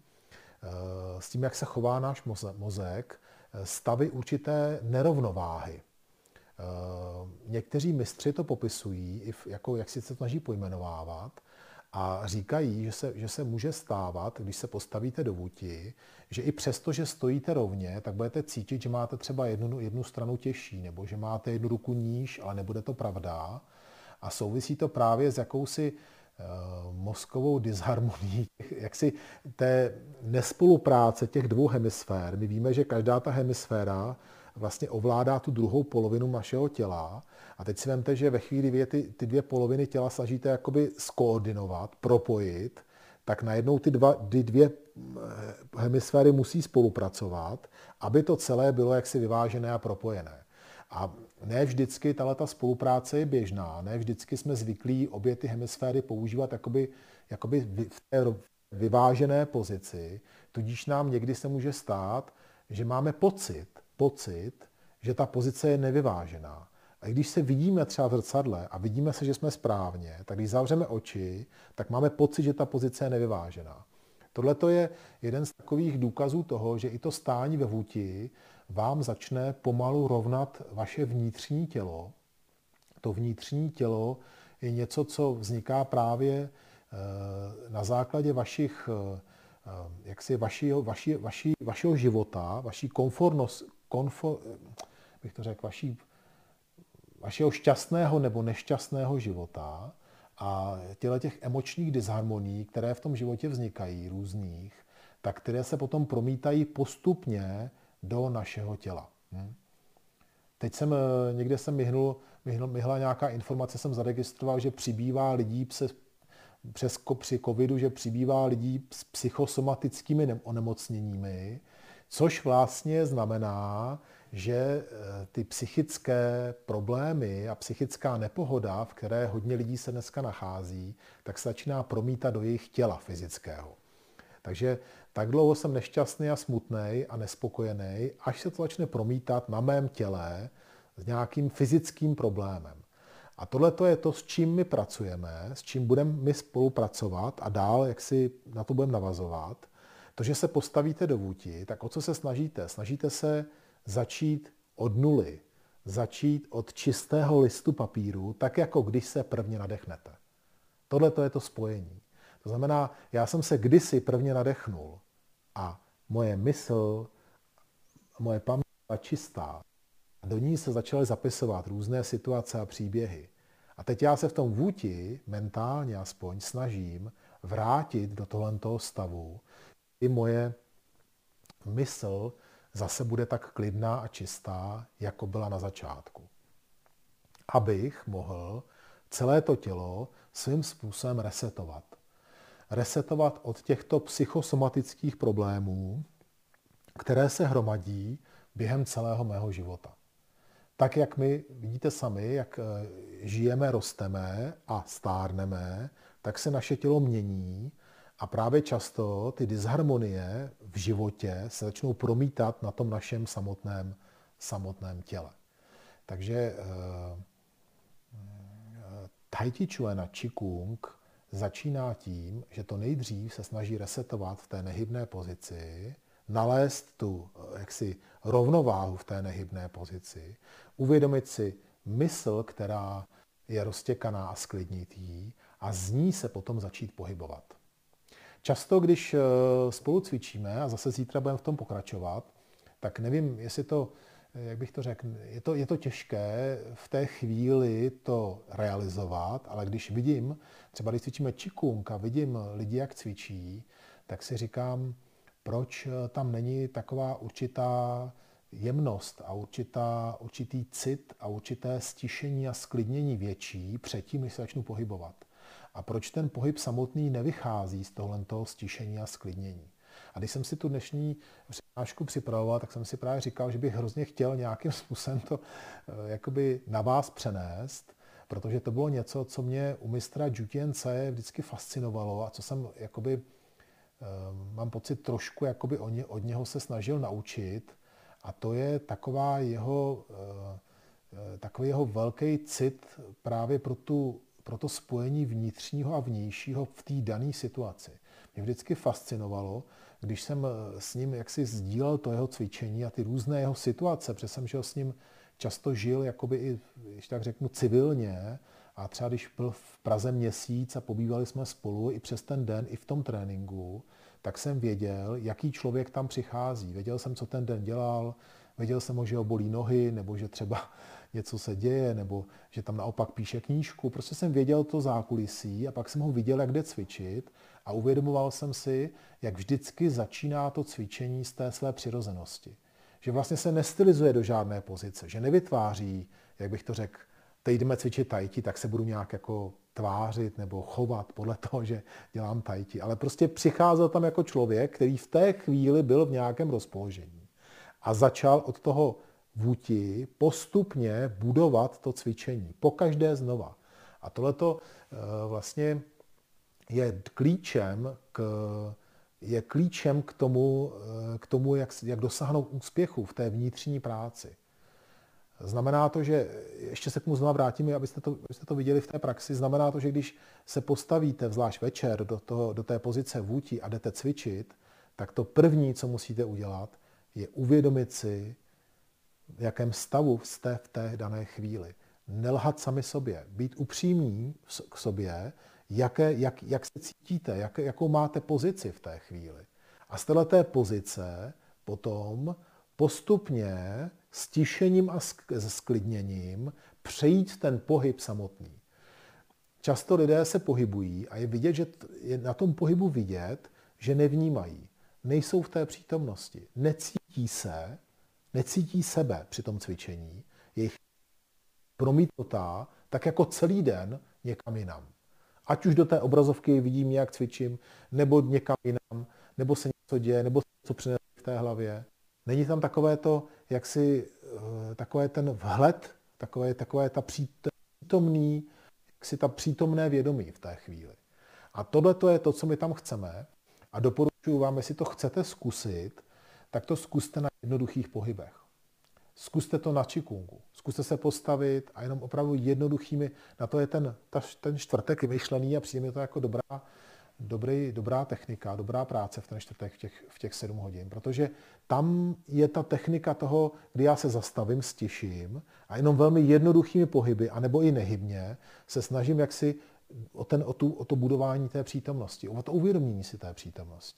s tím, jak se chová náš mozek, stavy určité nerovnováhy. Někteří mistři to popisují, jako jak si se to snaží pojmenovávat, a říkají, že se může stávat, když se postavíte do vůti, že i přesto, že stojíte rovně, tak budete cítit, že máte třeba jednu stranu těžší, nebo že máte jednu ruku níž, ale nebude to pravda. A souvisí to právě s jakousi mozkovou disharmonií, jaksi té nespolupráce těch 2 hemisfér. My víme, že každá ta hemisféra vlastně ovládá tu druhou polovinu našeho těla. A teď si vemte, že ve chvíli, kdy ty 2 poloviny těla snažíte jakoby skoordinovat, propojit, tak najednou ty dvě hemisféry musí spolupracovat, aby to celé bylo jaksi vyvážené a propojené. A ne vždycky tato spolupráce je běžná, ne vždycky jsme zvyklí obě ty hemisféry používat jakoby v té vyvážené pozici, tudíž nám někdy se může stát, že máme pocit, že ta pozice je nevyvážená. A když se vidíme třeba v zrcadle a vidíme se, že jsme správně, tak když zavřeme oči, tak máme pocit, že ta pozice je nevyvážená. Tohle je jeden z takových důkazů toho, že i to stání ve vůti vám začne pomalu rovnat vaše vnitřní tělo. To vnitřní tělo je něco, co vzniká právě na základě vašeho života, vaší vašeho šťastného nebo nešťastného života a těch emočních disharmonií, které v tom životě vznikají, různých, tak které se potom promítají postupně do našeho těla. Teď někde jsem myhla nějaká informace, jsem zaregistroval, že přibývá lidí se při covidu, že přibývá lidí s psychosomatickými onemocněními, což vlastně znamená, že ty psychické problémy a psychická nepohoda, v které hodně lidí se dneska nachází, tak se začíná promítat do jejich těla fyzického. Takže tak dlouho jsem nešťastný a smutný a nespokojený, až se to začne promítat na mém těle s nějakým fyzickým problémem. A tohle je to, s čím my pracujeme, s čím budeme my spolupracovat a dál, jak si na to budeme navazovat. To, že se postavíte do vůti, tak o co se snažíte? Snažíte se začít od nuly, začít od čistého listu papíru, tak jako když se prvně nadechnete. Tohle je to spojení. To znamená, já jsem se kdysi prvně nadechnul a moje mysl, moje paměť byla čistá. A do ní se začaly zapisovat různé situace a příběhy. A teď já se v tom vůti, mentálně aspoň, snažím vrátit do tohoto stavu, kdy moje mysl zase bude tak klidná a čistá, jako byla na začátku. Abych mohl celé to tělo svým způsobem resetovat. Resetovat od těchto psychosomatických problémů, které se hromadí během celého mého života. Tak, jak my vidíte sami, jak žijeme, rosteme a stárneme, tak se naše tělo mění a právě často ty disharmonie v životě se začnou promítat na tom našem samotném těle. Takže Tai Chi Chuan a Qigong začíná tím, že to nejdřív se snaží resetovat v té nehybné pozici, nalézt tu jaksi rovnováhu v té nehybné pozici, uvědomit si mysl, která je roztěkaná a sklidnit ji a z ní se potom začít pohybovat. Často, když spolu cvičíme, a zase zítra budeme v tom pokračovat, tak nevím, jestli to, jak bych to řekl, je to těžké v té chvíli to realizovat, ale když vidím, třeba když cvičíme Qigong a vidím lidi, jak cvičí, tak si říkám, proč tam není taková určitá jemnost a určitý cit a určité stišení a sklidnění větší předtím, než se začnu pohybovat. A proč ten pohyb samotný nevychází z tohoto stišení a sklidnění. A když jsem si tu dnešní přednášku připravoval, tak jsem si právě říkal, že bych hrozně chtěl nějakým způsobem to jakoby na vás přenést, protože to bylo něco, co mě u mistra Zhu Tiancaie vždycky fascinovalo a co jsem jakoby, mám pocit trošku jakoby od něho se snažil naučit. A to je takový jeho velký cit právě pro to spojení vnitřního a vnějšího v té dané situaci. Mě vždycky fascinovalo, když jsem s ním jaksi sdílel to jeho cvičení a ty různé jeho situace, protože jsem s ním často žil jakoby i, když tak řeknu, civilně a třeba když byl v Praze měsíc a pobývali jsme spolu i přes ten den, i v tom tréninku, tak jsem věděl, jaký člověk tam přichází. Věděl jsem, co ten den dělal, věděl jsem, že ho bolí nohy, nebo že třeba něco se děje, nebo že tam naopak píše knížku. Prostě jsem věděl to zákulisí a pak jsem ho viděl, jak jde cvičit a uvědomoval jsem si, jak vždycky začíná to cvičení z té své přirozenosti. Že vlastně se nestylizuje do žádné pozice, že nevytváří, jak bych to řekl, teď jdeme cvičit tai chi, tak se budu nějak jako tvářit nebo chovat podle toho, že dělám tai chi. Ale prostě přicházel tam jako člověk, který v té chvíli byl v nějakém rozpoložení. A začal od toho vůti postupně budovat to cvičení. Pokaždé znova. A tohleto vlastně je klíčem k tomu jak dosáhnout úspěchu v té vnitřní práci. Znamená to, že, ještě se k tomu znovu vrátím, abyste to viděli v té praxi, znamená to, že když se postavíte, zvlášť večer, do té pozice vůti a jdete cvičit, tak to první, co musíte udělat, je uvědomit si, v jakém stavu jste v té dané chvíli. Nelhat sami sobě, být upřímní k sobě, jak se cítíte, jakou máte pozici v té chvíli. A z této pozice potom postupně s tišením a sklidněním přejít ten pohyb samotný. Často lidé se pohybují a je vidět, že je na tom pohybu vidět, že nevnímají. Nejsou v té přítomnosti. Necítí sebe při tom cvičení. Jejich promítnutá tak jako celý den někam jinam. Ať už do té obrazovky vidím, jak cvičím, nebo někam jinam, nebo se něco děje, nebo se něco přinese v té hlavě. Není tam takové to, jaksi, takové ten vhled, takové ta přítomný, jaksi ta přítomné vědomí v té chvíli. A tohle to je to, co my tam chceme. A doporučuji vám, jestli to chcete zkusit, tak to zkuste na jednoduchých pohybech. Zkuste to na čikungu. Zkuste se postavit a jenom opravdu jednoduchými, na to je ten čtvrtek vymyšlený a přijde mi to jako dobrá technika, dobrá práce v ten čtvrtek v těch 7 hodin, protože tam je ta technika toho, kdy já se zastavím, stiším a jenom velmi jednoduchými pohyby, anebo i nehybně, se snažím jaksi o to budování té přítomnosti, o to uvědomění si té přítomnosti.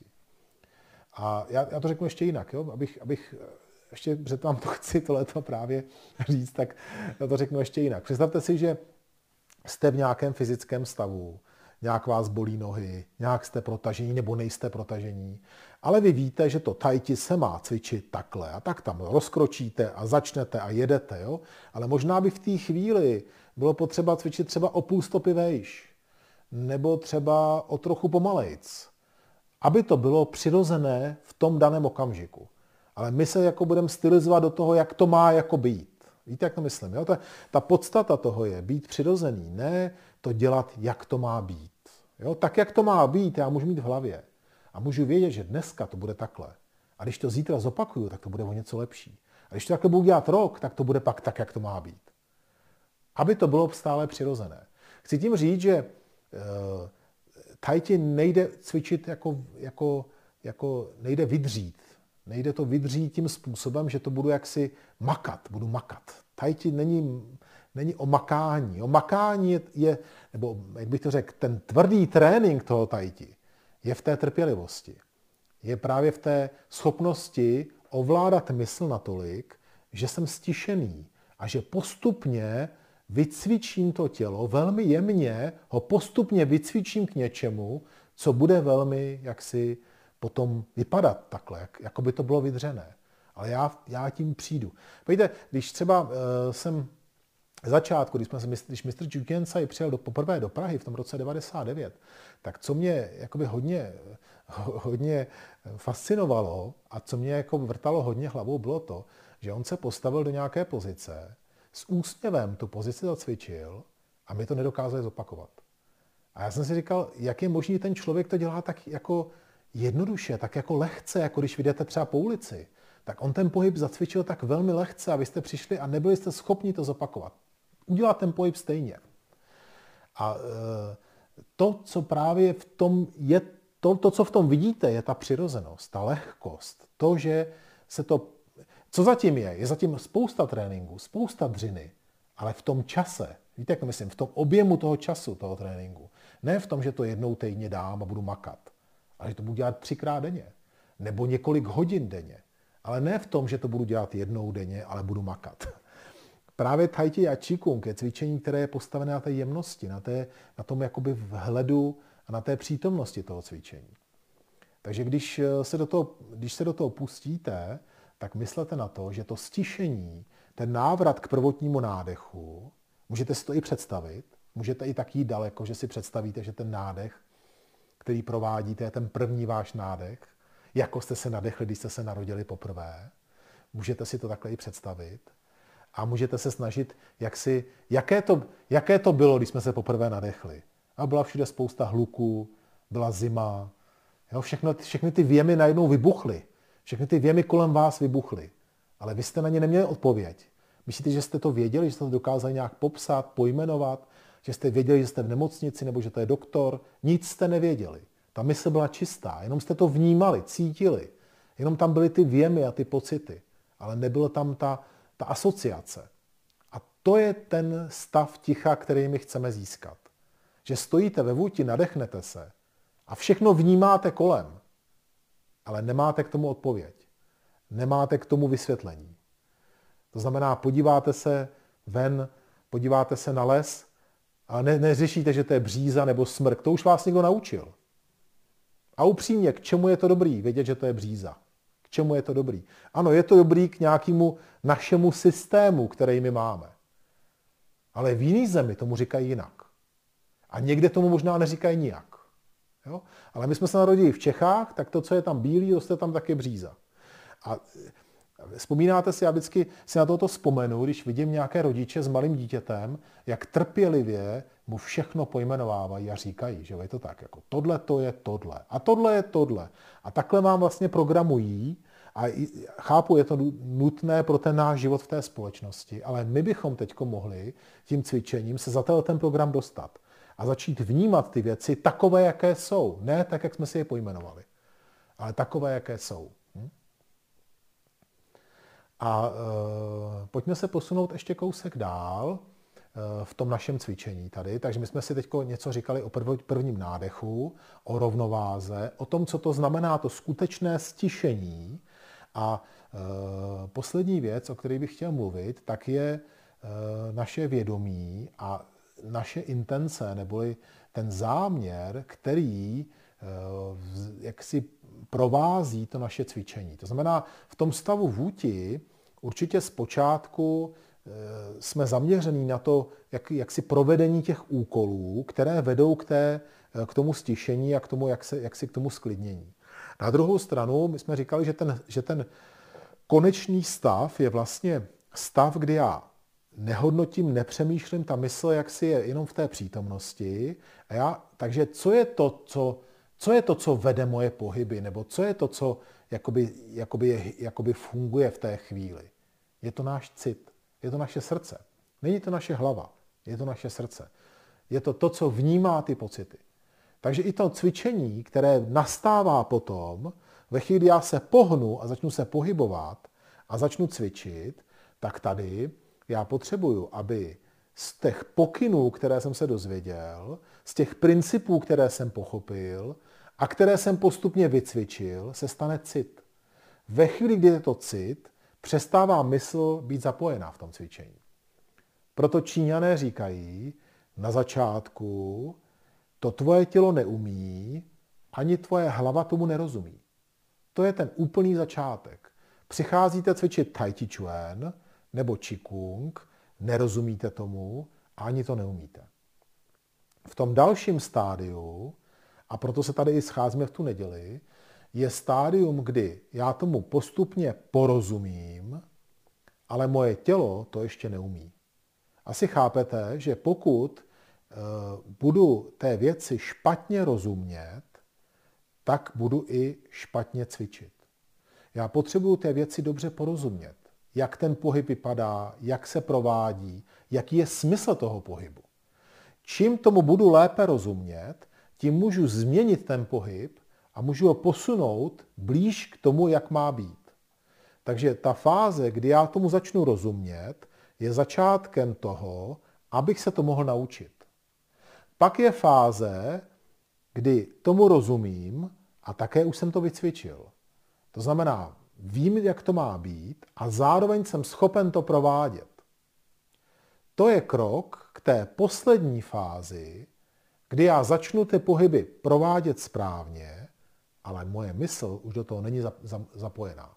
A já to řeknu ještě jinak, jo? Abych ještě, protože vám to chci tohleto právě říct, tak já to řeknu ještě jinak. Představte si, že jste v nějakém fyzickém stavu, nějak vás bolí nohy, nějak jste protažení nebo nejste protažení, ale vy víte, že to tai chi se má cvičit takhle a tak tam rozkročíte a začnete a jedete, jo? Ale možná by v té chvíli bylo potřeba cvičit třeba o půl stopy vejš, nebo třeba o trochu pomalejc, aby to bylo přirozené v tom daném okamžiku. Ale my se jako budeme stylizovat do toho, jak to má jako být. Víte, jak to myslím? Jo? Ta podstata toho je být přirozený, ne to dělat, jak to má být. Jo? Tak, jak to má být, já můžu mít v hlavě. A můžu vědět, že dneska to bude takhle. A když to zítra zopakuju, tak to bude o něco lepší. A když to takhle budu dělat rok, tak to bude pak tak, jak to má být. Aby to bylo stále přirozené. Chci tím říct, že tai chi nejde cvičit nejde vydřít. Nejde to vydřít tím způsobem, že to budu jaksi budu makat. Tai chi není o makání. O makání je, nebo jak bych to řekl, ten tvrdý trénink toho tai chi je v té trpělivosti. Je právě v té schopnosti ovládat mysl natolik, že jsem stišený a že postupně vycvičím to tělo, velmi jemně ho postupně vycvičím k něčemu, co bude velmi jaksi potom vypadat takhle, jako by to bylo vydřené. Ale já tím přijdu. Pojďte, když třeba jsem v začátku, když mistr Jukiensai přijel poprvé do Prahy v tom roce 99, tak co mě jakoby hodně fascinovalo a co mě jako vrtalo hodně hlavou, bylo to, že on se postavil do nějaké pozice, s úsměvem tu pozici zacvičil a my to nedokázali zopakovat. A já jsem si říkal, jak je možný, ten člověk to dělá tak jako jednoduše, tak jako lehce, jako když jdete třeba po ulici, tak on ten pohyb zacvičil tak velmi lehce a vy jste přišli a nebyli jste schopni to zopakovat. Udělat ten pohyb stejně. A to, co právě v tom je, to, co v tom vidíte, je ta přirozenost, ta lehkost. To, že se to... Co zatím je? Je zatím spousta tréninku, spousta dřiny, ale v tom čase, víte, jak to myslím, v tom objemu toho času, toho tréninku. Ne v tom, že to jednou týdně dám a budu makat, ale že to budu dělat 3krát denně, nebo několik hodin denně. Ale ne v tom, že to budu dělat jednou denně, ale budu makat. Právě tai chi a qigong je cvičení, které je postavené na té jemnosti, na tom jakoby vhledu a na té přítomnosti toho cvičení. Takže když se do toho pustíte, tak myslete na to, že to stišení, ten návrat k prvotnímu nádechu, můžete si to i představit, můžete i tak jít daleko, že si představíte, že ten nádech, který provádíte, je ten první váš nádech, jako jste se nadechli, když jste se narodili poprvé. Můžete si to takhle i představit a můžete se snažit, jaké to bylo, když jsme se poprvé nadechli. A byla všude spousta hluku, byla zima, jo, všechny ty věmy najednou vybuchly. Všechny ty věmy kolem vás vybuchly. Ale vy jste na ně neměli odpověď. Myslíte, že jste to věděli, že jste to dokázali nějak popsat, pojmenovat, že jste věděli, že jste v nemocnici nebo že to je doktor? Nic jste nevěděli. Ta mysl byla čistá, jenom jste to vnímali, cítili. Jenom tam byly ty věmy a ty pocity. Ale nebyla tam ta asociace. A to je ten stav ticha, který my chceme získat. Že stojíte ve vůti, nadechnete se a všechno vnímáte kolem, ale nemáte k tomu odpověď. Nemáte k tomu vysvětlení. To znamená, podíváte se ven, podíváte se na les, ale neřešíte, že to je bříza nebo smrk. To už vás někdo naučil. A upřímně, k čemu je to dobrý vědět, že to je bříza? K čemu je to dobrý? Ano, je to dobrý k nějakému našemu systému, který my máme. Ale v jiný zemi tomu říkají jinak. A někde tomu možná neříkají nijak. Jo? Ale my jsme se narodili v Čechách, tak to, co je tam bílý, roste tam taky bříza. A vzpomínáte si, já vždycky si na toto vzpomenu, když vidím nějaké rodiče s malým dítětem, jak trpělivě mu všechno pojmenovávají a říkají, že je to tak, jako tohle to je tohle a tohle je tohle. A takhle vám vlastně programují a chápu, je to nutné pro ten náš život v té společnosti, ale my bychom teď mohli tím cvičením se za ten program dostat a začít vnímat ty věci takové, jaké jsou. Ne tak, jak jsme si je pojmenovali, ale takové, jaké jsou. A pojďme se posunout ještě kousek dál v tom našem cvičení tady. Takže my jsme si teď něco říkali o prvním nádechu, o rovnováze, o tom, co to znamená to skutečné stišení. A poslední věc, o které bych chtěl mluvit, tak je naše vědomí a naše intence, neboli ten záměr, který jaksi provází to naše cvičení. To znamená, v tom stavu vůti určitě zpočátku jsme zaměření na to, jak si provedení těch úkolů, které vedou k tomu stišení a k tomu, jak si k tomu sklidnění. Na druhou stranu, my jsme říkali, že ten konečný stav je vlastně stav, kdy já nehodnotím, nepřemýšlím, ta mysl jaksi je jenom v té přítomnosti. Takže co je to, co vede moje pohyby, nebo co je to, co jakoby funguje v té chvíli? Je to náš cit, je to naše srdce. Není to naše hlava, je to naše srdce. Je to, co vnímá ty pocity. Takže i to cvičení, které nastává potom, ve chvíli, kdy já se pohnu a začnu se pohybovat a začnu cvičit, tak tady já potřebuju, aby z těch pokynů, které jsem se dozvěděl, z těch principů, které jsem pochopil a které jsem postupně vycvičil, se stane cit. Ve chvíli, kdy je to cit, přestává mysl být zapojená v tom cvičení. Proto Číňané říkají, na začátku to tvoje tělo neumí, ani tvoje hlava tomu nerozumí. To je ten úplný začátek. Přicházíte cvičit Tai Chi Chuan nebo Qigong, nerozumíte tomu a ani to neumíte. V tom dalším stádiu, a proto se tady i scházíme v tu neděli, je stádium, kdy já tomu postupně porozumím, ale moje tělo to ještě neumí. Asi chápete, že pokud budu té věci špatně rozumět, tak budu i špatně cvičit. Já potřebuju té věci dobře porozumět. Jak ten pohyb vypadá, jak se provádí, jaký je smysl toho pohybu. Čím tomu budu lépe rozumět, tím můžu změnit ten pohyb a můžu ho posunout blíž k tomu, jak má být. Takže ta fáze, kdy já tomu začnu rozumět, je začátkem toho, abych se to mohl naučit. Pak je fáze, kdy tomu rozumím a také už jsem to vycvičil. To znamená, vím, jak to má být a zároveň jsem schopen to provádět. To je krok k té poslední fázi, kdy já začnu ty pohyby provádět správně, ale moje mysl už do toho není zapojená.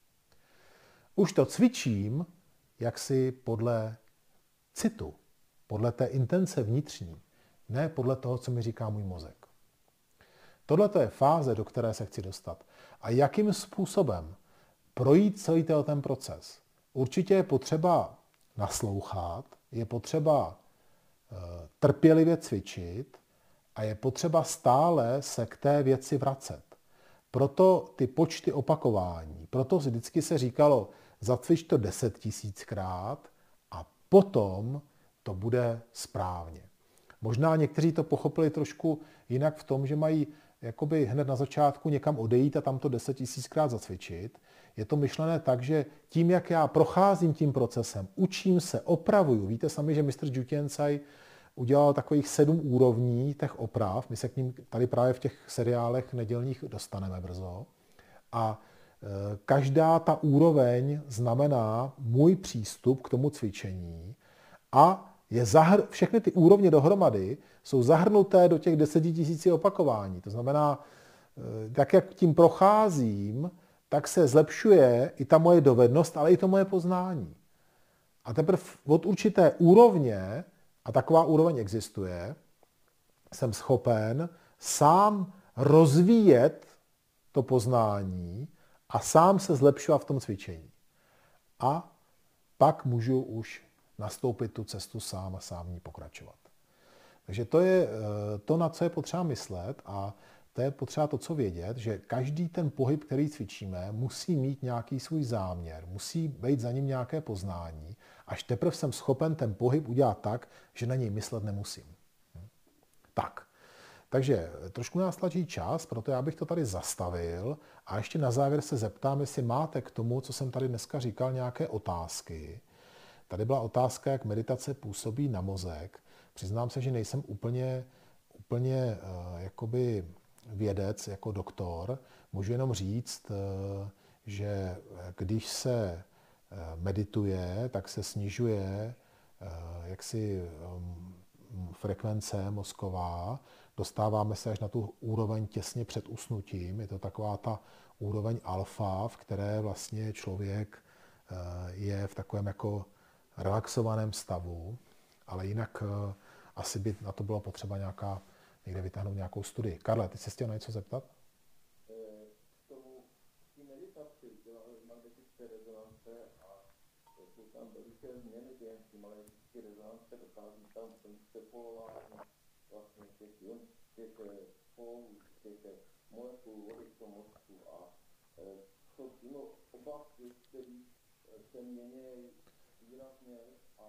Už to cvičím jaksi podle citu, podle té intence vnitřní, ne podle toho, co mi říká můj mozek. Tohle je fáze, do které se chci dostat. A jakým způsobem projít celý ten proces? Určitě je potřeba naslouchat, je potřeba trpělivě cvičit a je potřeba stále se k té věci vracet. Proto ty počty opakování, proto vždycky se říkalo, zacvič to 10 000krát a potom to bude správně. Možná někteří to pochopili trošku jinak v tom, že mají jakoby hned na začátku někam odejít a tam to 10 000krát zacvičit. Je to myšlené tak, že tím, jak já procházím tím procesem, učím se, opravuju. Víte sami, že mistr Juu Tian-Cai udělal takových 7 úrovní těch oprav. My se k ním tady právě v těch seriálech nedělních dostaneme brzo. A každá ta úroveň znamená můj přístup k tomu cvičení a všechny ty úrovně dohromady jsou zahrnuté do těch 10 000 opakování. To znamená, tak jak tím procházím, tak se zlepšuje i ta moje dovednost, ale i to moje poznání. A teprve od určité úrovně, a taková úroveň existuje, jsem schopen sám rozvíjet to poznání a sám se zlepšovat v tom cvičení. A pak můžu už nastoupit tu cestu sám a sám v ní pokračovat. Takže to je to, na co je potřeba myslet, a to je potřeba to, co vědět, že každý ten pohyb, který cvičíme, musí mít nějaký svůj záměr, musí být za ním nějaké poznání, až teprve jsem schopen ten pohyb udělat tak, že na něj myslet nemusím. Tak. Takže trošku nás tlačí čas, proto já bych to tady zastavil a ještě na závěr se zeptám, jestli máte k tomu, co jsem tady dneska říkal, nějaké otázky. Tady byla otázka, jak meditace působí na mozek. Přiznám se, že nejsem úplně jakoby vědec jako doktor. Můžu jenom říct, že když se medituje, tak se snižuje jaksi frekvence mozková. Dostáváme se až na tu úroveň těsně před usnutím. Je to taková ta úroveň alfa, v které vlastně člověk je v takovém jako relaxovaném stavu, ale jinak asi by na to bylo potřeba někde vytáhnout nějakou studii. Karle, ty se chtěl na něco zeptat? K tomu meditaci dělali magnetické rezonance a jsou tam veliké změny během té magnetické rezonance, dochází tam přepolování vlastně těch polů, těch molekul vody v tom mozku a jsou přímo oblasti, které se mění výrazně a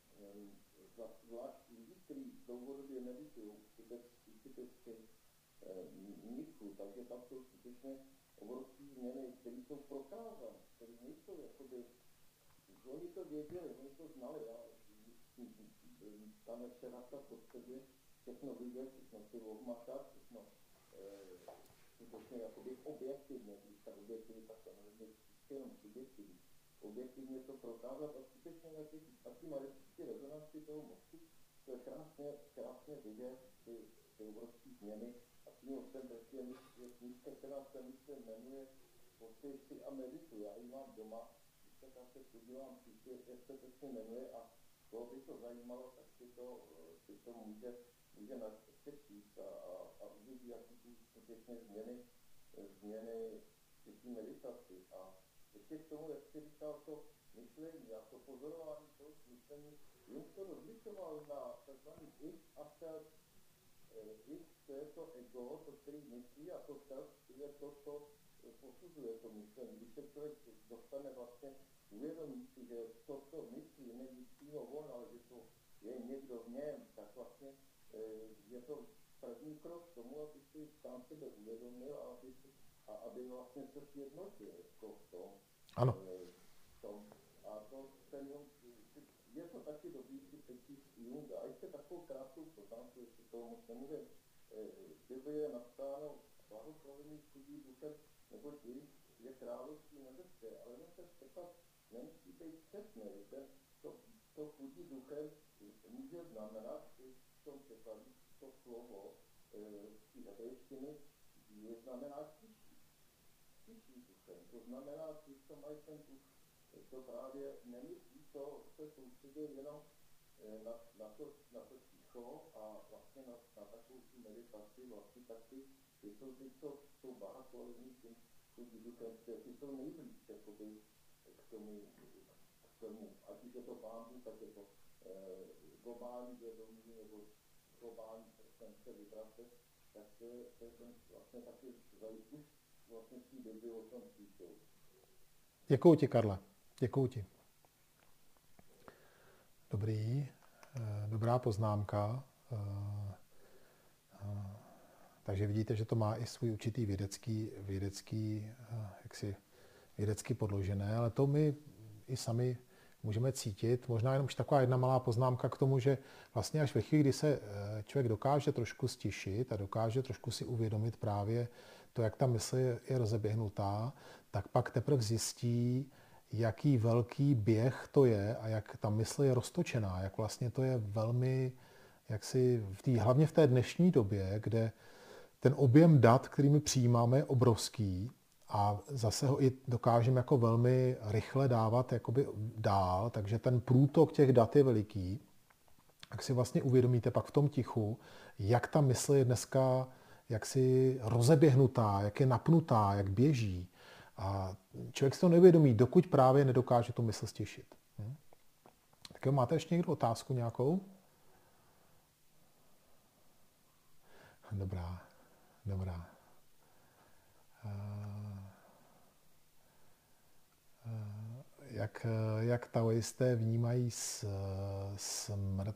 zvlášť lidi, kteří dlouhodobě meditují, typicky mnichů, takže tam jsou skutečně obrovské změny, které jsou prokázané, které nejsou jakoby, oni to věděli, oni to znali, a tam ještě rasta potřebuje všechno vidět, všechno si ohmatat, všechno skutečně jakoby objektivně, když ta objektivita samozřejmě jenom subjektivní. Objektivně to prokázat a skutečně na té magnetické rezonanci toho mozku to je krásně vidět ty obrovské změny a tím jsem také je knížka, která se myslím jmenuje Posej si a medituj. Já ji mám doma, když tak se podívám, jak se to jmenuje a koho by to zajímalo, tak si to může načíst a uvidí, jaký jsou skutečně změny při meditaci. A ještě k tomu, jak jsi říkal, to myšlení a to pozorování toho myšlení, Jung to rozlišoval na tzv. Ich a self. Ich, to je to ego, to, který myslí, a to self je to, co posuzuje to myšlení. Když se člověk dostane vlastně uvědomí si, že to, co myslí, není přímo on, ale že to je někdo v něm, tak vlastně je to první krok k tomu, aby si sám sebe uvědomil a aby vlastně se sjednotil jako v tom. Ano. A je to taky dobrý si přečíst Junga. A ještě takovou krátkou poznámku, jestli toho moc nemůže. V Biblii je napsáno blahoslavení chudí duchem, nebo ti, je království nebeské, ale no ten překlad nemusí být přesný. To chudí duchem může znamenat, i v tom překladu, to slovo z hebrejštiny znamená tichý duchem. To znamená, že to mají ten duch, to právě nemyslí, to se soustředí jenom na to ticho a vlastně na takovou meditaci, vlastně taky, že jsou ty, co jsou blahoslavení tím duchem, ty jsou nejblíž k tomu, ať už je to Pán Bůh, tak je to globální vědomí nebo globální frekvence vibrace, tak to je vlastně taky zajímavý vlastně v té době o tom píšou. Děkuju ti, Karle. Děkuju ti. Dobrá poznámka. Takže vidíte, že to má i svůj určitý vědecky podložené, ale to my i sami můžeme cítit. Možná jenom taková jedna malá poznámka k tomu, že vlastně až ve chvíli, kdy se člověk dokáže trošku stišit a dokáže trošku si uvědomit právě to, jak ta mysl je rozeběhnutá, tak pak teprve zjistí, jaký velký běh to je a jak ta mysl je roztočená, jak vlastně to je velmi, hlavně v té dnešní době, kde ten objem dat, který my přijímáme, je obrovský a zase ho i dokážeme jako velmi rychle dávat jakoby dál, takže ten průtok těch dat je veliký tak si vlastně uvědomíte pak v tom tichu, jak ta mysl je dneska jaksi rozeběhnutá, jak je napnutá, jak běží. A člověk si to neuvědomí, dokud právě nedokáže tu mysl stěšit. Tak jo, máte ještě někdo otázku nějakou? Dobrá, dobrá. Jak taoisté vnímají smrt?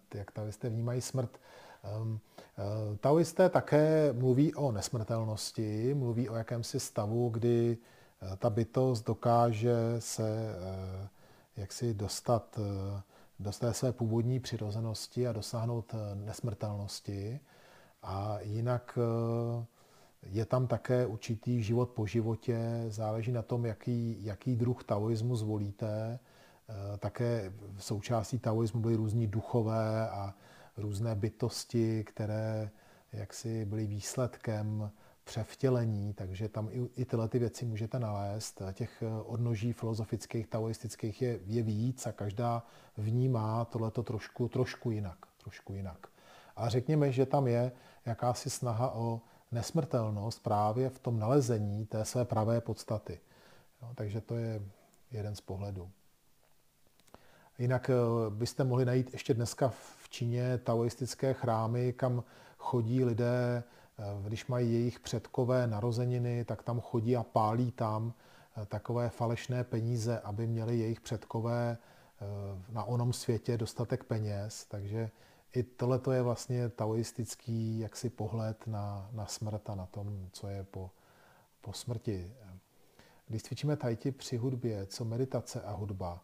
Taoisté také mluví o nesmrtelnosti, mluví o jakémsi stavu, kdy ta bytost dokáže se jaksi dostat do té své původní přirozenosti a dosáhnout nesmrtelnosti. A jinak je tam také určitý život po životě, záleží na tom, jaký druh taoismu zvolíte. Také v součástí taoismu byly různí duchové a různé bytosti, které jaksi byly výsledkem převtělení, takže tam i tyhle ty věci můžete nalézt. Těch odnoží filozofických, taoistických je víc a každá vnímá tohleto trošku jinak. A řekněme, že tam je jakási snaha o nesmrtelnost právě v tom nalezení té své pravé podstaty. Takže to je jeden z pohledů. Jinak byste mohli najít ještě dneska v Číně taoistické chrámy, kam chodí lidé, když mají jejich předkové narozeniny, tak tam chodí a pálí tam takové falešné peníze, aby měli jejich předkové na onom světě dostatek peněz. Takže i tohle je vlastně taoistický jaksi pohled na smrt a na tom, co je po smrti. Když cvičíme tai chi při hudbě, co meditace a hudba?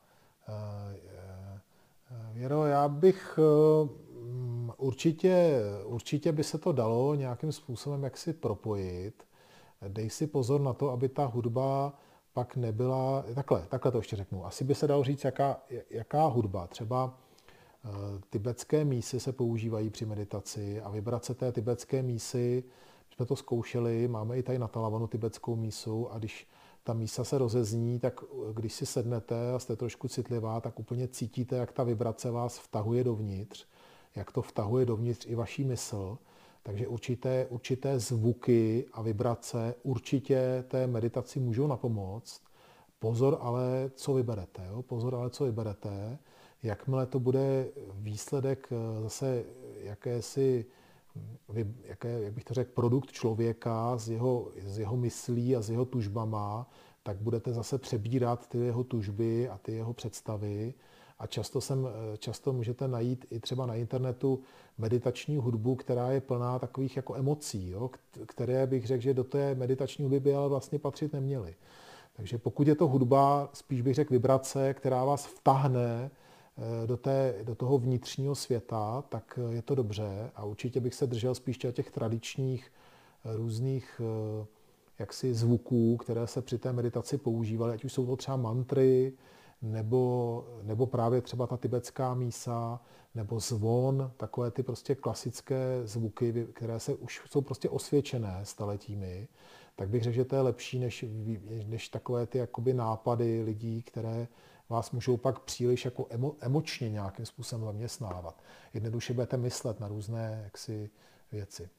Věro, já bych určitě by se to dalo nějakým způsobem jaksi propojit. Dej si pozor na to, aby ta hudba pak nebyla... Takhle to ještě řeknu. Asi by se dalo říct, jaká hudba. Třeba tibetské mísy se používají při meditaci a vibrace té tibetské mísy, jsme to zkoušeli, máme i tady na Talavanu tibetskou mísu a když ta mísa se rozezní, tak když si sednete a jste trošku citlivá, tak úplně cítíte, jak ta vibrace vás vtahuje dovnitř, jak to vtahuje dovnitř i vaší mysl. Takže určité zvuky a vibrace určitě té meditaci můžou napomoct. Pozor ale, co vyberete. Jo? Pozor ale, co vyberete. Jakmile to bude výsledek zase jakési, jak bych to řekl, produkt člověka z jeho myslí a z jeho tužbama, tak budete zase přebírat ty jeho tužby a ty jeho představy. A často můžete najít i třeba na internetu meditační hudbu, která je plná takových jako emocí, jo, které bych řekl, že do té meditační hudby by ale vlastně patřit neměly. Takže pokud je to hudba, spíš bych řekl vibrace, která vás vtahne do toho vnitřního světa, tak je to dobře a určitě bych se držel spíš těch tradičních různých jaksi zvuků, které se při té meditaci používaly, ať už jsou to třeba mantry, nebo právě třeba ta tibetská mísa, nebo zvon, takové ty prostě klasické zvuky, které už jsou prostě osvědčené staletími, tak bych řekl, že to je lepší než takové ty jakoby nápady lidí, které vás můžou pak příliš jako emočně nějakým způsobem zaměstnávat. Jednoduše budete myslet na různé jaksi věci.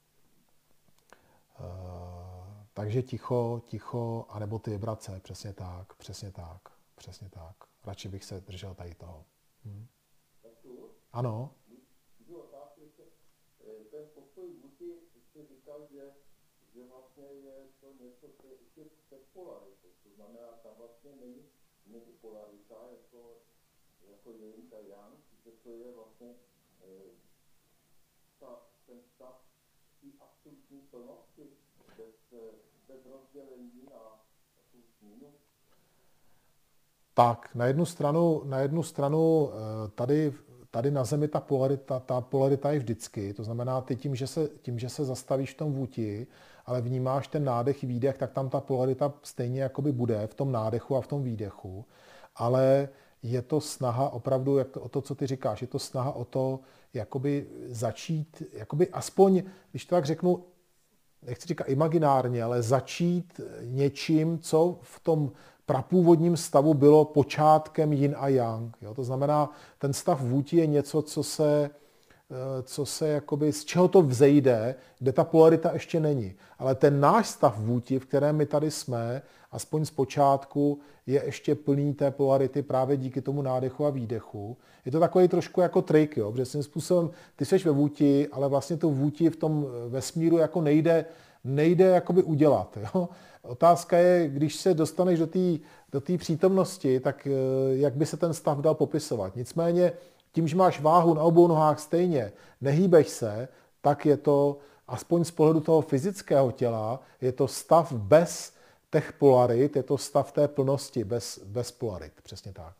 Takže ticho, anebo ty vibrace, přesně tak. Radši bych se držel tady toho. Ano. Ten postoj Buddhy jste říkal, že vlastně je to něco, co je ještě před polaritou. To znamená, tam vlastně není polarita jako yin a yang, že to je vlastně ten stav té absolutní plnosti bez rozdělení na plus minus. Tak, na jednu stranu tady na Zemi ta polarita je vždycky. To znamená, ty tím, že se zastavíš v tom vůti, ale vnímáš ten nádech i výdech, tak tam ta polarita stejně jakoby bude v tom nádechu a v tom výdechu. Ale je to snaha opravdu, o to, co ty říkáš, je to snaha o to, jakoby začít, jakoby aspoň, když to tak řeknu, nechci říkat imaginárně, ale začít něčím, co v tom prapůvodním stavu bylo počátkem yin a yang. Jo? To znamená, ten stav vůti je něco, co se jakoby, z čeho to vzejde, kde ta polarita ještě není. Ale ten náš stav vůti, v kterém my tady jsme, aspoň z počátku, je ještě plný té polarity právě díky tomu nádechu a výdechu. Je to takový trošku jako trik, jo? Protože svým způsobem ty seš ve vůti, ale vlastně tu vůti v tom vesmíru jako nejde jakoby udělat. Jo? Otázka je, když se dostaneš do té přítomnosti, tak jak by se ten stav dal popisovat. Nicméně tím, že máš váhu na obou nohách stejně, nehýbeš se, tak je to, aspoň z pohledu toho fyzického těla, je to stav bez těch polarit, je to stav té plnosti, bez polarit. Přesně tak.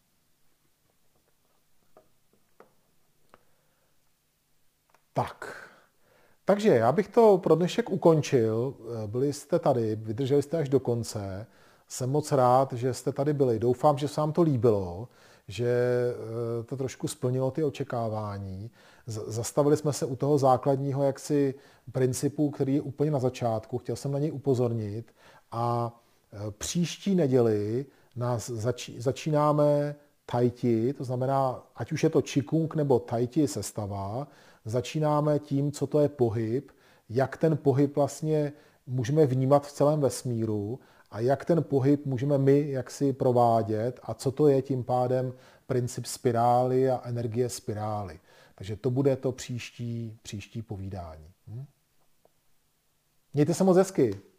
Takže já bych to pro dnešek ukončil. Byli jste tady, vydrželi jste až do konce. Jsem moc rád, že jste tady byli. Doufám, že se vám to líbilo, že to trošku splnilo ty očekávání. Zastavili jsme se u toho základního jaksi principu, který je úplně na začátku. Chtěl jsem na něj upozornit. A příští neděli nás začínáme tai chi, to znamená, ať už je to qigong nebo tai chi sestava, začínáme tím, co to je pohyb, jak ten pohyb vlastně můžeme vnímat v celém vesmíru a jak ten pohyb můžeme my jaksi provádět a co to je tím pádem princip spirály a energie spirály. Takže to bude to příští povídání. Mějte se moc hezky.